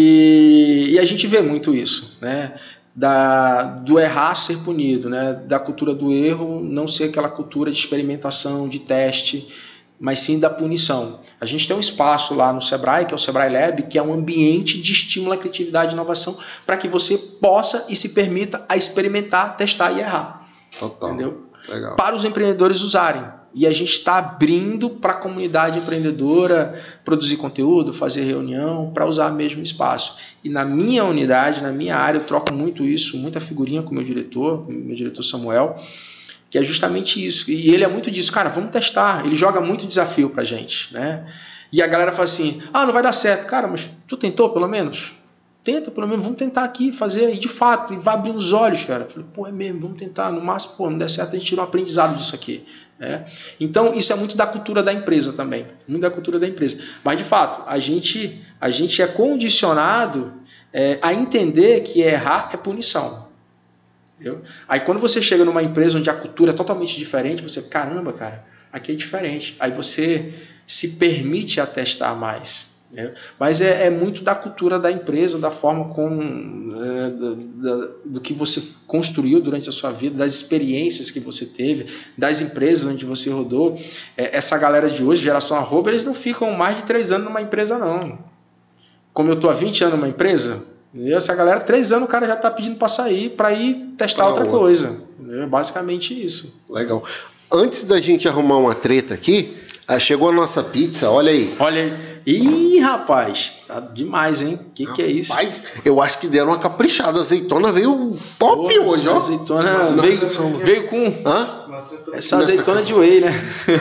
E, e a gente vê muito isso, né? Da, do errar ser punido, né? Da cultura do erro não ser aquela cultura de experimentação, de teste, mas sim da punição. A gente tem um espaço lá no Sebrae, que é o Sebrae Lab, que é um ambiente de estímulo à criatividade e inovação para que você possa e se permita a experimentar, testar e errar. Total. Entendeu? Legal. Para os empreendedores usarem. E a gente está abrindo para a comunidade empreendedora produzir conteúdo, fazer reunião, para usar o mesmo espaço. E na minha unidade, na minha área, eu troco muito isso, muita figurinha com o meu diretor, meu diretor Samuel, que é justamente isso. E ele é muito disso. Cara, vamos testar. Ele joga muito desafio pra gente, né? E a galera fala assim, ah, não vai dar certo. Cara, mas tu tentou pelo menos? Tenta pelo menos, vamos tentar aqui fazer. E de fato, e vai abrir os olhos, cara. Eu falei, pô, é mesmo, vamos tentar. No máximo, pô, não der certo, a gente tira um aprendizado disso aqui. Né? Então, isso é muito da cultura da empresa também. Muito da cultura da empresa. Mas, de fato, a gente, a gente é condicionado é, a entender que errar é punição. Entendeu? Aí quando você chega numa empresa onde a cultura é totalmente diferente, você, caramba, cara, aqui é diferente. Aí você se permite a testar mais. Entendeu? Mas é, é muito da cultura da empresa, da forma como é, do, do, do que você construiu durante a sua vida, das experiências que você teve, das empresas onde você rodou. É, essa galera de hoje, geração arroba, eles não ficam mais de três anos numa empresa, não. Como eu estou há vinte anos numa empresa, entendeu? Essa galera, três anos o cara já está pedindo para sair, para ir testar pra outra, outra coisa. É basicamente isso. Legal. Antes da gente arrumar uma treta aqui, chegou a nossa pizza, olha aí. Olha aí. Ih, rapaz, tá demais, hein? O que, que é isso? Rapaz, eu acho que deram uma caprichada. A azeitona veio top Pô, hoje, ó. A azeitona veio, veio com... Hã? Essa azeitona de whey, né?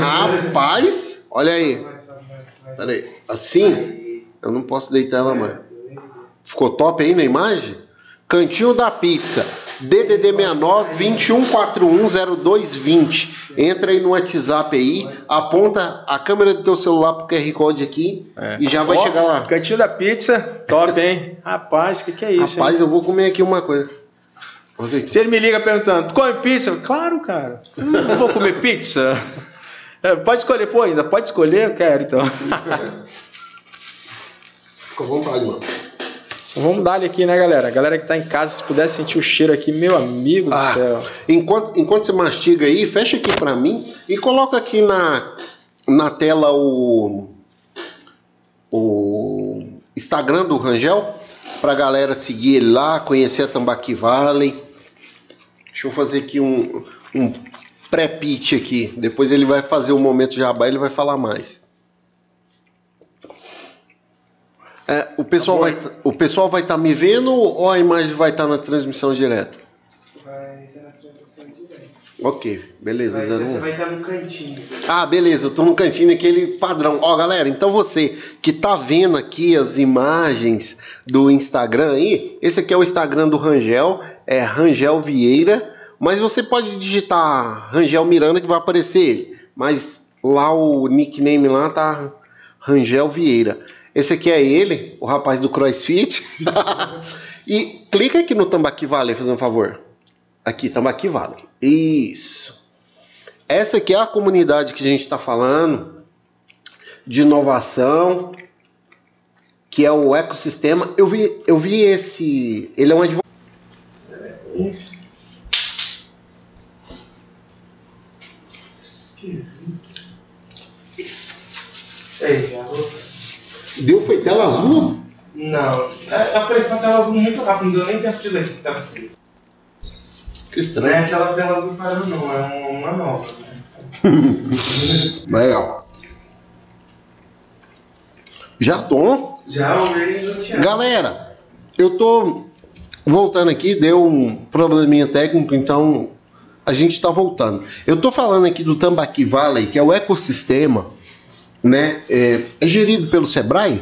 Rapaz, olha aí. Pera aí. Assim, eu não posso deitar ela mais. Ficou top aí na imagem? Cantinho da Pizza, D D D sessenta e nove, vinte e um quarenta e um, zero dois vinte. Entra aí no WhatsApp aí, aponta a câmera do teu celular pro Q R Code aqui é. e já vai Ó, chegar lá. Cantinho da Pizza, top, hein? Rapaz, o que, que é isso? Rapaz, hein? eu vou comer aqui uma coisa. Se ele me liga perguntando, tu come pizza? Claro, cara. Eu não vou comer pizza. É, pode escolher, pô, ainda pode escolher, eu quero, então. Fica à vontade, mano. Vamos dar-lhe aqui, né, galera? A galera que tá em casa, se puder sentir o cheiro aqui, meu amigo do ah, céu. Enquanto, enquanto você mastiga aí, fecha aqui pra mim e coloca aqui na, na tela o, o Instagram do Rangel, pra galera seguir ele lá, conhecer a Tambaqui Valley. Deixa eu fazer aqui um, um pré-pitch aqui. Depois ele vai fazer o momento jabá e ele vai falar mais. É, o pessoal tá vai o pessoal vai estar tá me vendo ou a imagem vai estar tá na transmissão direta? Vai estar na transmissão direta. Ok, beleza. Vai, zero um. Você vai estar no cantinho. Ah, beleza, eu tô no cantinho naquele padrão. Ó, galera, então você que tá vendo aqui as imagens do Instagram aí, esse aqui é o Instagram do Rangel, é Rangel Vieira, mas você pode digitar Rangel Miranda que vai aparecer ele. Mas lá o nickname lá tá Rangel Vieira. Esse aqui é ele, o rapaz do CrossFit. E clica aqui no Tambaqui Valley, fazendo um favor. Aqui, Tambaqui Valley. Isso. Essa aqui é a comunidade que a gente está falando de inovação, que é o ecossistema. Eu vi, eu vi esse... Ele é um advogado. Deu foi tela azul? Não, apareceu uma tela azul muito rápido, não deu nem tempo de ler o que estava escrito. Que Não estranho. é aquela tela azul parada não, é uma nova. Legal. Já tô. Já olhei no teatro. Galera, eu tô voltando aqui, deu um probleminha técnico, então a gente tá voltando. Eu tô falando aqui do Tambaqui Valley, que é o ecossistema, né? É, é gerido pelo Sebrae?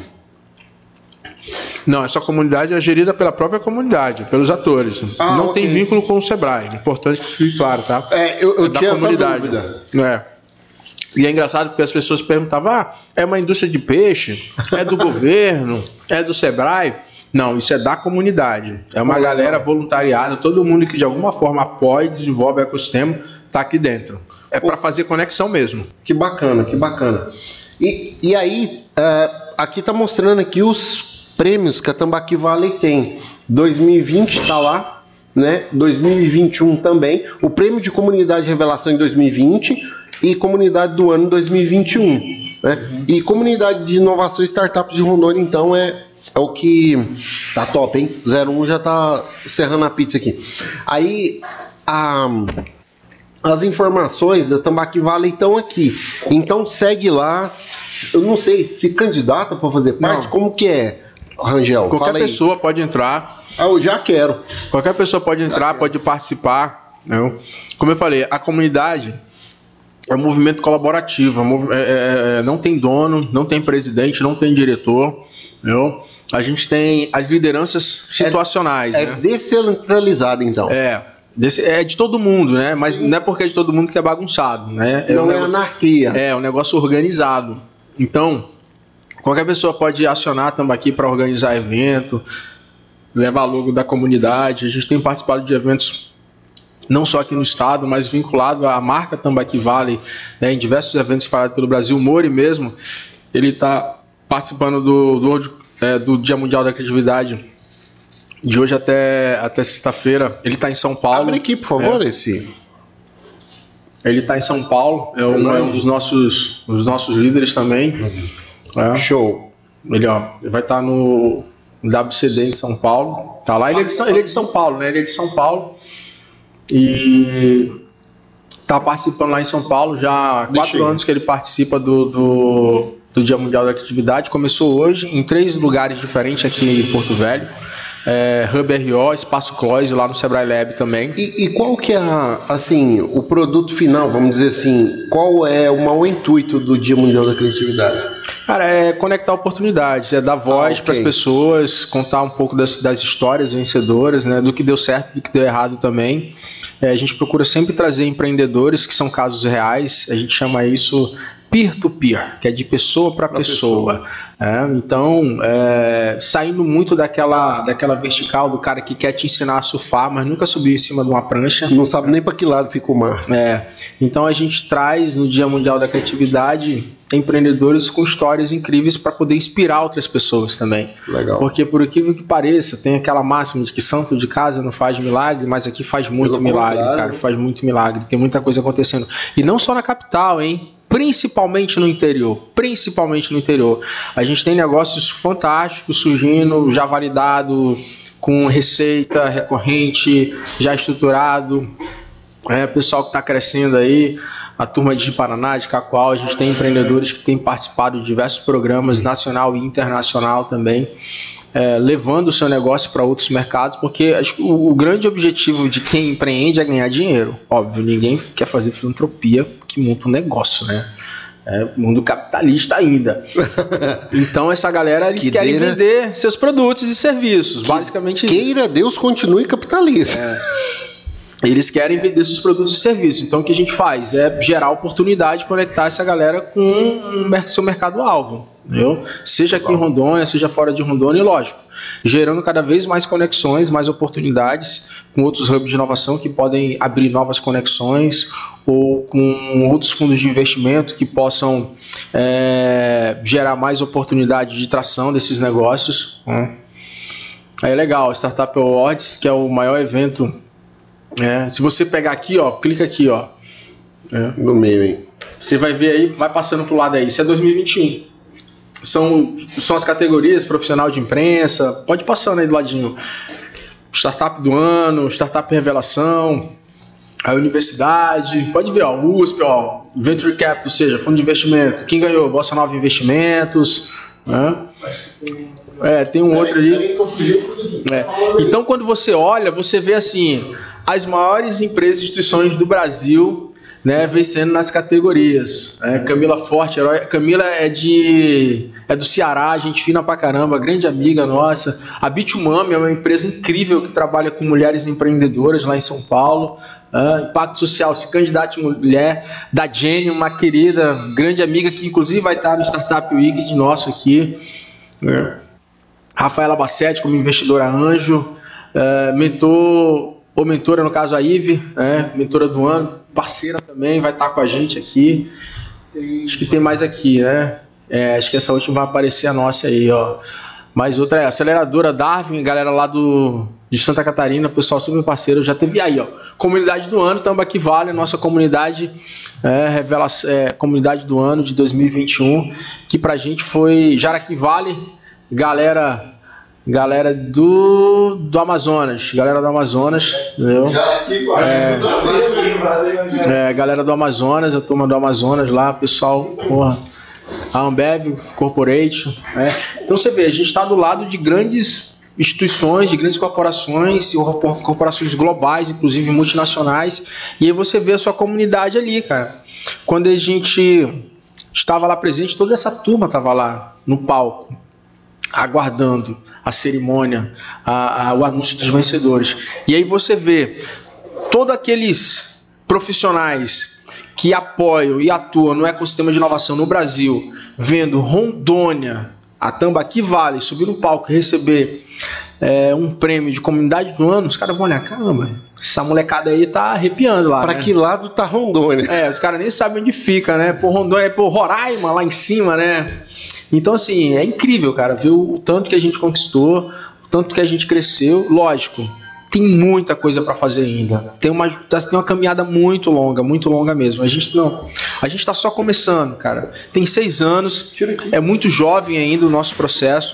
Não, essa comunidade é gerida pela própria comunidade, pelos atores. Ah, não ok. tem vínculo com o Sebrae. Importante que fique claro, tá? É, eu, eu É da tinha essa comunidade. dúvida. É. E é engraçado porque as pessoas perguntavam: ah, é uma indústria de peixe? É do governo? É do Sebrae? Não, isso é da comunidade. É uma Pô, galera legal. voluntariada, todo mundo que de alguma forma apoia e desenvolve o ecossistema está aqui dentro. É para fazer conexão mesmo. Que bacana, que bacana. E, e aí, é, aqui tá mostrando aqui os prêmios que a Tambaqui Valley tem. dois mil e vinte tá lá, né? dois mil e vinte e um também. O prêmio de comunidade revelação em dois mil e vinte e comunidade do ano dois mil e vinte e um, né? Uhum. E comunidade de inovação e startups de Rondônia, então, é, é o que tá top, hein? zero um já tá serrando a pizza aqui. Aí, a... as informações da Tambaqui Valley estão aqui. Então segue lá. Eu não sei, se candidata para fazer parte, Não. como que é, Rangel? Qualquer Fala aí. pessoa pode entrar. Ah, eu já quero. Qualquer pessoa pode entrar, pode participar. Né? Como eu falei, a comunidade é um movimento colaborativo. É um movi- é- é- não tem dono, não tem presidente, não tem diretor. Entendeu? A gente tem as lideranças situacionais. É né? descentralizado, então. É, desse- é de todo mundo, né? Mas não é porque é de todo mundo que é bagunçado, né? Não um é nego- anarquia. É, um negócio organizado. Então, qualquer pessoa pode acionar a Tambaqui para organizar evento, levar logo da comunidade. A gente tem participado de eventos não só aqui no estado, mas vinculado à marca Tambaqui Valley, né, em diversos eventos espalhados pelo Brasil. O Mori mesmo, ele está participando do, do, é, do Dia Mundial da Criatividade de hoje até, até sexta-feira. Ele está em São Paulo. Abre aqui, por favor, esse. Ele está em São Paulo, é um, é um dos nossos, dos nossos líderes também. É. Show. Ele, ó, ele vai estar no W C D em São Paulo. Tá lá, ele é de São, ele é de São Paulo, né? Ele é de São Paulo. E tá participando lá em São Paulo já há quatro eu. anos que ele participa do, do, do Dia Mundial da Criatividade. Começou hoje em três lugares diferentes aqui em Porto Velho. É, Hub R O, Espaço Cloise, lá no Sebrae Lab também. E, e qual que é, a, assim, o produto final, vamos dizer assim, qual é o maior intuito do Dia Mundial da Criatividade? Cara, é conectar oportunidades, é dar voz Ah, ok. para as pessoas, contar um pouco das, das histórias vencedoras, né, do que deu certo, do que deu errado também. É, a gente procura sempre trazer empreendedores que são casos reais, a gente chama isso peer-to-peer, que é de pessoa para pessoa. pessoa. É, então, é, saindo muito daquela, daquela vertical do cara que quer te ensinar a surfar, mas nunca subiu em cima de uma prancha. Não sabe nem para que lado fica o mar. É, então a gente traz no Dia Mundial da Criatividade empreendedores com histórias incríveis para poder inspirar outras pessoas também. Legal. Porque por incrível que pareça, tem aquela máxima de que santo de casa não faz milagre, mas aqui faz muito Pelo milagre, contrário. cara, faz muito milagre, tem muita coisa acontecendo. E não só na capital, hein? Principalmente no interior, principalmente no interior. A gente tem negócios fantásticos surgindo, já validado, com receita recorrente, já estruturado. É, pessoal que está crescendo aí, a turma de Paraná, de Cacoal, a gente tem empreendedores que têm participado de diversos programas nacional e internacional também, é, levando o seu negócio para outros mercados, porque acho que o, o grande objetivo de quem empreende é ganhar dinheiro. Óbvio, ninguém quer fazer filantropia que monta um negócio, né? É mundo capitalista ainda. Então essa galera, eles Que querem deira. vender seus produtos e serviços, basicamente isso. Queira Deus continue capitalista. eles querem vender seus produtos e serviços. Então o que a gente faz é gerar oportunidade de conectar essa galera com o seu mercado-alvo, entendeu? Seja aqui em Rondônia, seja fora de Rondônia, e lógico, gerando cada vez mais conexões, mais oportunidades com outros hubs de inovação que podem abrir novas conexões, ou com outros fundos de investimento que possam é, gerar mais oportunidade de tração desses negócios, né? Aí é legal, Startup Awards, que é o maior evento. É, se você pegar aqui, ó, clica aqui, ó, é, no meio, hein? Você vai ver aí, vai passando pro lado aí. Isso é dois mil e vinte e um. São, são as categorias: profissional de imprensa. Pode ir passando aí do ladinho. Startup do ano, Startup Revelação, a universidade. Pode ver, ó, U S P, ó, Venture Capital, ou seja, fundo de investimento. Quem ganhou? Bossa Nova Investimentos. Né? É, tem um outro ali. É. Então, quando você olha, você vê assim, as maiores empresas e instituições do Brasil, né, vencendo nas categorias. É, Camila Forte, herói. Camila é de é do Ceará, gente fina pra caramba, grande amiga nossa. A Bitumami é uma empresa incrível que trabalha com mulheres empreendedoras lá em São Paulo. É, impacto social, se candidata mulher. Da Jenny, uma querida, grande amiga que inclusive vai estar no Startup Week nosso aqui. É. Rafaela Bassetti como investidora anjo. É, mentor, ou mentora no caso a Ive, é, mentora do ano, parceira também, vai estar com a gente aqui. Acho que tem mais aqui, né? É, acho que essa última vai aparecer a nossa aí, ó. Mais outra é a aceleradora Darwin, galera lá do, de Santa Catarina, pessoal super parceiro, já teve aí, ó. Comunidade do ano, Tambaqui Vale, nossa comunidade, é, revela, é, comunidade do ano de dois mil e vinte e um, que pra gente foi Jaraqui Vale, galera. Galera do, do Amazonas, galera do Amazonas, entendeu? É, é, galera do Amazonas, a turma do Amazonas lá, pessoal, porra, a Ambev Corporate, é. Então você vê, a gente está do lado de grandes instituições, de grandes corporações, corporações globais, inclusive multinacionais, e aí você vê a sua comunidade ali, cara. Quando a gente estava lá presente, toda essa turma estava lá no palco, aguardando a cerimônia, a, a, o anúncio dos vencedores. E aí você vê todos aqueles profissionais que apoiam e atuam no ecossistema de inovação no Brasil, vendo Rondônia, a Tambaqui Vale, subir no palco e receber é, um prêmio de comunidade do ano, os caras vão olhar, caramba, essa molecada aí tá arrepiando lá. Pra né? que lado tá Rondônia? É, os caras nem sabem onde fica, né? Pô, Rondônia é pô, Roraima, lá em cima, né? Então, assim, é incrível, cara, ver o tanto que a gente conquistou, o tanto que a gente cresceu. Lógico, tem muita coisa para fazer ainda. Tem uma, tem uma caminhada muito longa, muito longa mesmo. A gente não, a gente tá só começando, cara. Tem seis anos, é muito jovem ainda o nosso processo.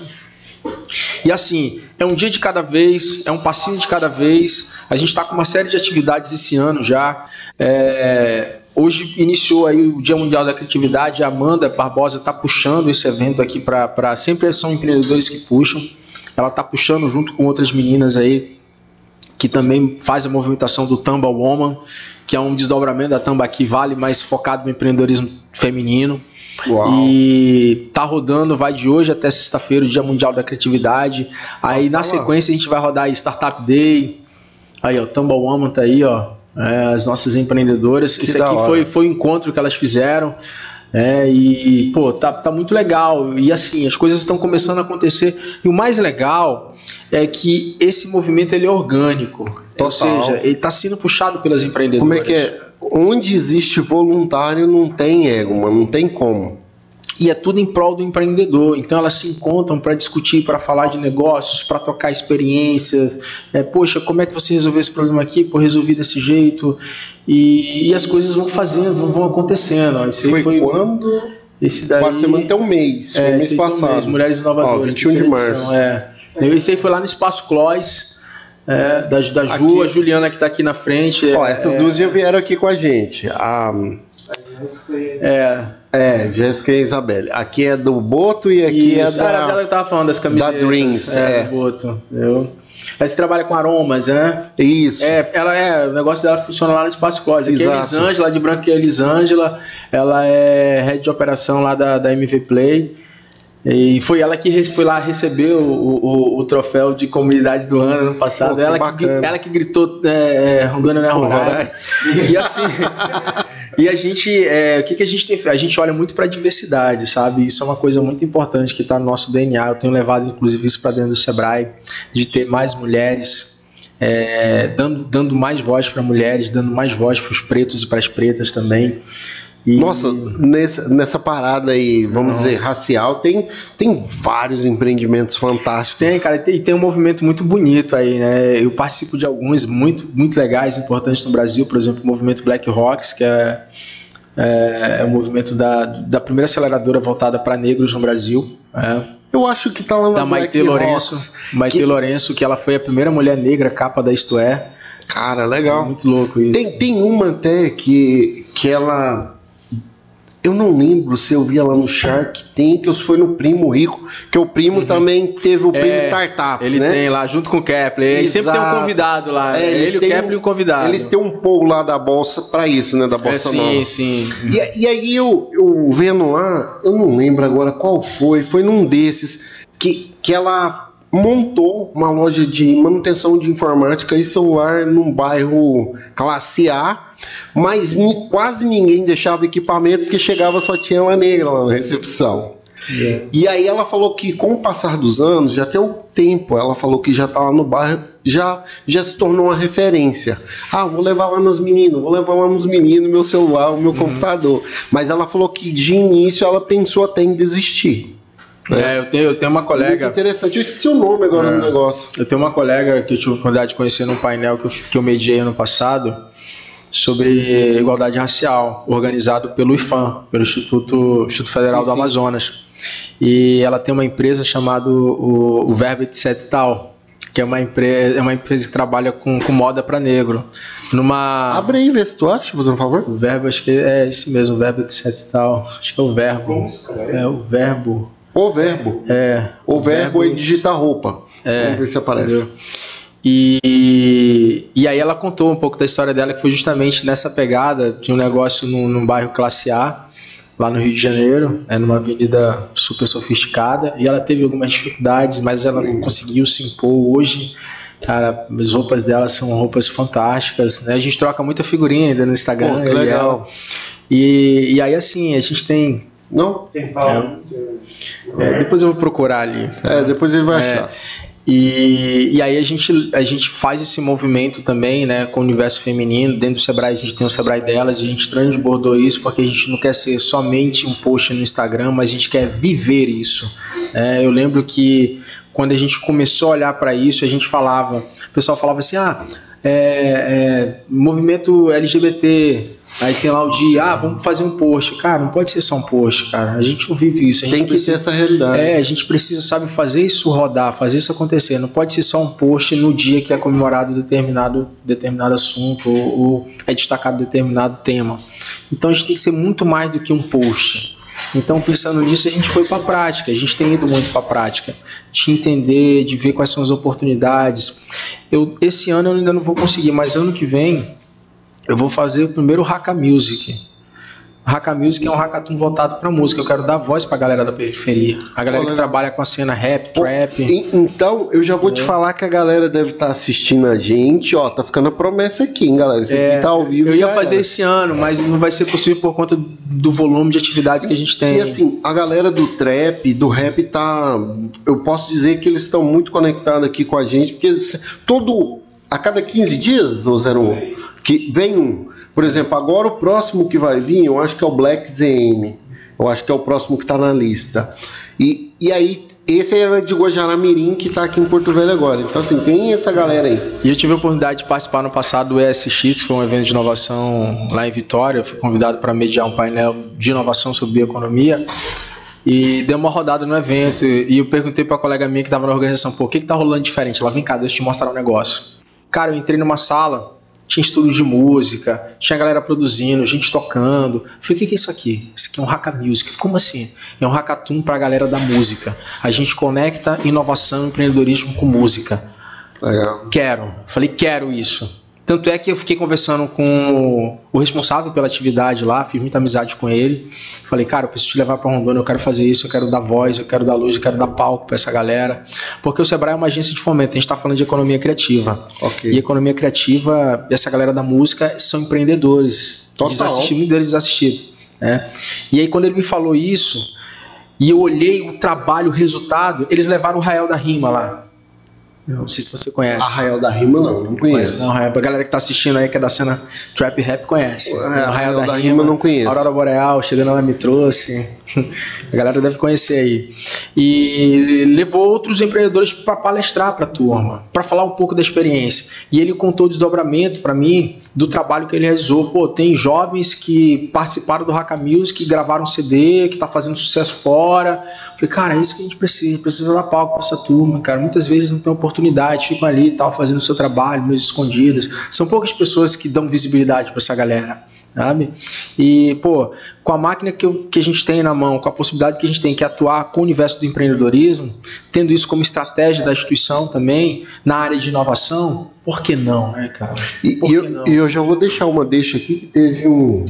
E assim, é um dia de cada vez, é um passinho de cada vez. A gente está com uma série de atividades esse ano já. É... Hoje iniciou aí o Dia Mundial da Criatividade. A Amanda Barbosa está puxando esse evento aqui para... Sempre são empreendedores que puxam. Ela está puxando junto com outras meninas aí que também faz a movimentação do Tamba Woman, que é um desdobramento da Tambaqui Vale, mais focado no empreendedorismo feminino. Uau. E tá rodando, vai de hoje até sexta-feira, o Dia Mundial da Criatividade. Aí na sequência a gente vai rodar aí Startup Day. Aí ó, Tamba Woman tá aí, ó. É, as nossas empreendedoras. Que Isso aqui foi, foi o encontro que elas fizeram. É, e pô, tá, tá muito legal. E assim, as coisas estão começando a acontecer. E o mais legal é que esse movimento ele é orgânico. Total. Ou seja, ele está sendo puxado pelas empreendedoras. Como é que é? Onde existe voluntário não tem ego, mano, não tem como. E é tudo em prol do empreendedor. Então elas se encontram para discutir, para falar de negócios, para trocar experiências. É, poxa, como é que você resolveu esse problema aqui? Pô, resolvi desse jeito. E, e as coisas vão fazendo, vão acontecendo. Esse foi, foi quando? Esse daí, Quatro semanas até um mês. É, um mês passado. Um mês, Mulheres Inovadoras. Ó, vinte e um de março. É. Esse aí foi lá no Espaço Clois. É, da, da Ju, aqui. A Juliana que está aqui na frente. Ó, essas é, duas já vieram aqui com a gente. A... É. É, Jéssica e Isabelle. Aqui é do Boto e aqui Isso. é da... Era dela que tava falando das camisetas. Da Dreams, é. é. Do Boto. Eu... Ela trabalha com aromas, né? Isso. É, ela é, o negócio dela funciona lá no Espaço Closet. Aqui é Elisângela, de branco é Elisângela. Ela é head de operação lá da, da M V Play. E foi ela que foi lá receber o, o, o troféu de comunidade do ano no passado. Pô, ela, que, ela que gritou é, Rondônia não é Roraima. E assim... E a gente, é, o que, que a gente tem feito? A gente olha muito para a diversidade, sabe? Isso é uma coisa muito importante que está no nosso D N A. Eu tenho levado, inclusive, isso para dentro do Sebrae, de ter mais mulheres, é, dando, dando mais voz para mulheres, dando mais voz para os pretos e para as pretas também. E... Nossa, nessa, nessa parada aí, vamos Não. dizer, racial, tem, tem vários empreendimentos fantásticos. Tem, cara, e tem, tem um movimento muito bonito aí, né? Eu participo de alguns muito, muito legais, importantes no Brasil, por exemplo, o movimento Black Rocks, que é, é, é o movimento da, da primeira aceleradora voltada para negros no Brasil. É. Eu acho que tá lá na da Maite Lourenço, Maite que... Lourenço, que ela foi a primeira mulher negra capa da Isto É. Cara, legal. É muito louco isso. Tem, tem uma até que, que ela... Eu não lembro se eu vi ela no Shark Tank ou se foi no Primo Rico, que o Primo uhum. também teve o Primo é, Startups, ele né? Ele tem lá, junto com o Kepler. Ele sempre tem um convidado lá. É, ele, o Kepler um, e o convidado. Eles têm um povo lá da Bolsa pra isso, né? Da Bolsa é, sim, Nova. Sim, sim. E, e aí eu, eu vendo lá, eu não lembro agora qual foi, foi num desses que, que ela... montou uma loja de manutenção de informática e celular num bairro classe A, mas quase ninguém deixava equipamento porque chegava só tinha uma negra lá na recepção. Yeah. E aí ela falou que com o passar dos anos, já tem o tempo, ela falou que já tá lá no bairro, já, já se tornou uma referência. Ah, vou levar lá nas meninas, vou levar lá nos meninos meu celular, o meu uhum. computador. Mas ela falou que de início ela pensou até em desistir. É, é, eu, tenho, eu tenho uma colega... Muito interessante, eu esqueci o nome agora é, no negócio. Eu tenho uma colega que eu tive a oportunidade de conhecer num painel que eu, que eu mediei ano passado sobre igualdade racial, organizado pelo IFAM, pelo Instituto, Instituto Federal sim, do sim. Amazonas. E ela tem uma empresa chamada o, o Verbo etc tal, que é uma, empresa, é uma empresa que trabalha com, com moda para negro. Numa... Abre aí, vê se tu acha, fazendo um favor. O Verbo, acho que é esse mesmo, o Verbo etc tal. Acho que é o Verbo. É o Verbo... O Verbo. É. O Verbo e digita roupa. É. Vamos ver se aparece. E, e aí ela contou um pouco da história dela, que foi justamente nessa pegada de um negócio num, num bairro classe A, lá no Rio de Janeiro, é, numa avenida super sofisticada, e ela teve algumas dificuldades, mas ela conseguiu se impor. Hoje, cara, as roupas dela são roupas fantásticas, né? A gente troca muita figurinha ainda no Instagram. Pô, que legal. E, e aí, assim, a gente tem... Não? Tem pau. É, é, depois eu vou procurar ali. É, depois ele vai achar. É, e, e aí a gente, a gente faz esse movimento também, né, com o universo feminino. Dentro do Sebrae a gente tem o Sebrae delas, e a gente transbordou isso porque a gente não quer ser somente um post no Instagram, mas a gente quer viver isso. É, eu lembro que quando a gente começou a olhar para isso, a gente falava, o pessoal falava assim, ah, é, é, movimento L G B T, aí tem lá o dia, ah, vamos fazer um post. Cara, não pode ser só um post, cara, a gente não vive isso. A gente tem que precisa, ter essa realidade. É, a gente precisa, sabe, fazer isso rodar, fazer isso acontecer. Não pode ser só um post no dia que é comemorado determinado, determinado assunto ou, ou é destacado determinado tema. Então a gente tem que ser muito mais do que um post. Então, pensando nisso, a gente foi para a prática, a gente tem ido muito para a prática, de entender, de ver quais são as oportunidades. Eu, esse ano eu ainda não vou conseguir, mas ano que vem eu vou fazer o primeiro Haka Music. Haka Music é um hackathon voltado para música. Eu quero dar voz para a galera da periferia, a galera Olha, que trabalha com a cena rap, Pô, trap. E, então, eu já vou é. te falar que a galera deve estar tá assistindo a gente. Ó, tá ficando a promessa aqui, hein, galera? Você é, tá ao vivo. Eu ia fazer era. esse ano, mas não vai ser possível por conta do volume de atividades que a gente tem. E assim, a galera do trap, do rap tá... Eu posso dizer que eles estão muito conectados aqui com a gente, porque todo... A cada quinze dias, ou zero um, que vem um. Por exemplo, agora o próximo que vai vir, eu acho que é o Black Z M. Eu acho que é o próximo que está na lista. E, e aí, esse era de Guajará-Mirim, que está aqui em Porto Velho agora. Então, assim, tem essa galera aí. E eu tive a oportunidade de participar no passado do E S X, que foi um evento de inovação lá em Vitória. Eu fui convidado para mediar um painel de inovação sobre bioeconomia. E dei uma rodada no evento. E eu perguntei para a colega minha que estava na organização, pô, o que está rolando diferente? Ela, vem cá, deixa eu te mostrar um negócio. Cara, eu entrei numa sala, tinha estudo de música, tinha galera produzindo, gente tocando. Falei, o que é isso aqui? Isso aqui é um Haka Music. Como assim? É um hackathon para a galera da música. A gente conecta inovação e empreendedorismo com música. Legal. Quero. Falei, quero isso. Tanto é que eu fiquei conversando com o responsável pela atividade lá, fiz muita amizade com ele. Falei, cara, eu preciso te levar para Rondônia, eu quero fazer isso, eu quero dar voz, eu quero dar luz, eu quero dar palco para essa galera. Porque o Sebrae é uma agência de fomento, a gente está falando de economia criativa. Okay. E economia criativa, essa galera da música são empreendedores. Desassistidos, muitos deles desassistidos. Né? E aí quando ele me falou isso, e eu olhei o trabalho, o resultado, eles levaram o Arraial da Rima lá. Não sei se você conhece. Arraial da Rima não, não conheço. Não, a galera que tá assistindo aí, que é da cena trap rap, conhece. O Arraial, Arraial da, da Rima, Rima não conheço. Aurora Boreal, Chegando Ela Me Trouxe. A galera deve conhecer aí. E levou outros empreendedores para palestrar para a turma, para falar um pouco da experiência. E ele contou o desdobramento para mim do trabalho que ele realizou. Pô, tem jovens que participaram do Haka Music, que gravaram um C D, que tá fazendo sucesso fora. Falei, cara, é isso que a gente precisa. Precisa dar palco para essa turma, cara. Muitas vezes não tem oportunidade, ficam ali e tal, fazendo o seu trabalho, meio escondidas. São poucas pessoas que dão visibilidade para essa galera, sabe? E, pô, com a máquina que, eu, que a gente tem na mão, com a possibilidade que a gente tem que atuar com o universo do empreendedorismo, tendo isso como estratégia da instituição também, na área de inovação, por que não, né, cara? E, e eu, eu já vou deixar uma deixa aqui, que teve um...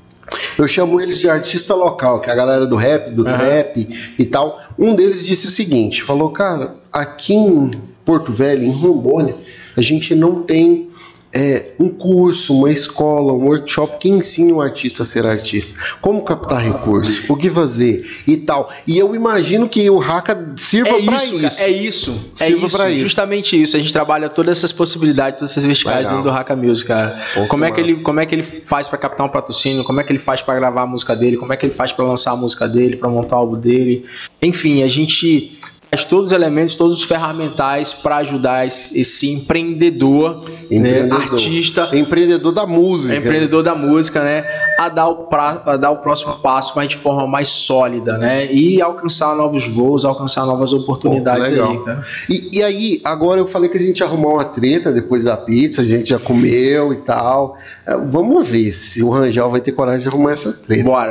Eu chamo eles de artista local, que é a galera do rap, do uhum. trap e tal. Um deles disse o seguinte, falou, cara, aqui em Porto Velho, em Rondônia, a gente não tem é, um curso, uma escola, um workshop que ensine o artista a ser artista. Como captar recurso, o que fazer e tal. E eu imagino que o Haka sirva é para isso, isso. É isso, sirva é isso, pra justamente isso. isso. A gente trabalha todas essas possibilidades, todas essas verticais Legal. dentro do Haka Music, cara. Pouco como é, que massa. ele, como é que ele faz para captar um patrocínio, como é que ele faz para gravar a música dele, como é que ele faz para lançar a música dele, para montar o álbum dele. Enfim, a gente faz todos os elementos, todos os ferramentais para ajudar esse, esse empreendedor, empreendedor. Né, artista, empreendedor da música, empreendedor da música, né, a dar o pra, a dar o próximo passo, mas de forma mais sólida, né, e alcançar novos voos, alcançar novas oportunidades. Pô, aí, cara. E, e aí, agora eu falei que a gente ia arrumar uma treta depois da pizza, a gente já comeu e tal. Vamos ver se o Rangel vai ter coragem de arrumar essa treta. Bora.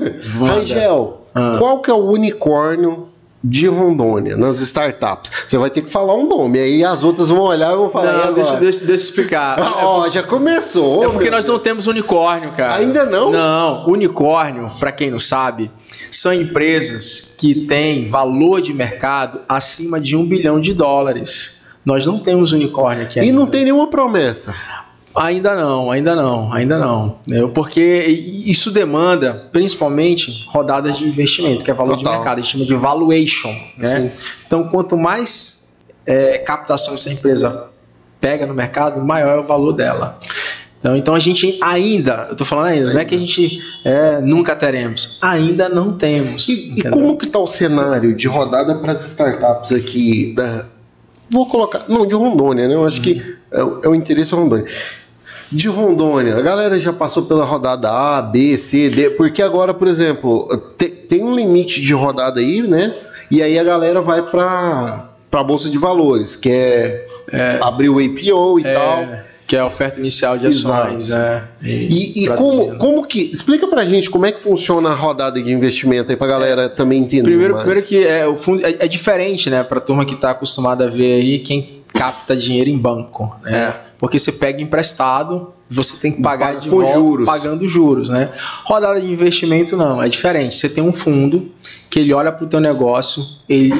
Rangel, ah. qual que é o unicórnio de Rondônia, nas startups? Você vai ter que falar um nome, aí as outras vão olhar e vão falar. Não, agora? deixa, deixa, deixa eu explicar. Ó, oh, já começou. É porque nós não temos unicórnio, cara. Ainda não? Não, unicórnio, para quem não sabe, são empresas que têm valor de mercado acima de um bilhão de dólares. Nós não temos unicórnio aqui ainda. E não tem nenhuma promessa. Ainda não, ainda não, ainda não. Porque isso demanda, principalmente, rodadas de investimento, que é valor Total. de mercado, a gente chama de valuation. Né? Então, quanto mais é, captação essa empresa pega no mercado, maior é o valor dela. Então, então a gente ainda, eu estou falando ainda, ainda, não é que a gente é, nunca teremos, ainda não temos. E, e como que está o cenário de rodada para as startups aqui? Da, vou colocar, não, de Rondônia, né? Eu acho hum. que é, é o interesse Rondônia. De Rondônia, a galera já passou pela rodada A, B, C, D, porque agora, por exemplo, te, tem um limite de rodada aí, né? E aí a galera vai para a Bolsa de Valores, que é, é abrir o I P O e é, tal. Que é a oferta inicial de ações. É, e e como, como que... Explica pra gente como é que funciona a rodada de investimento aí pra galera é, também entender primeiro, mais. Primeiro que é, o fundo, é, é diferente, né? Pra turma que tá acostumada a ver aí quem capta dinheiro em banco, né? É. Porque você pega emprestado, você tem que pagar Paga de volta juros. pagando juros, né? Rodada de investimento não, é diferente. Você tem um fundo que ele olha para o teu negócio, ele,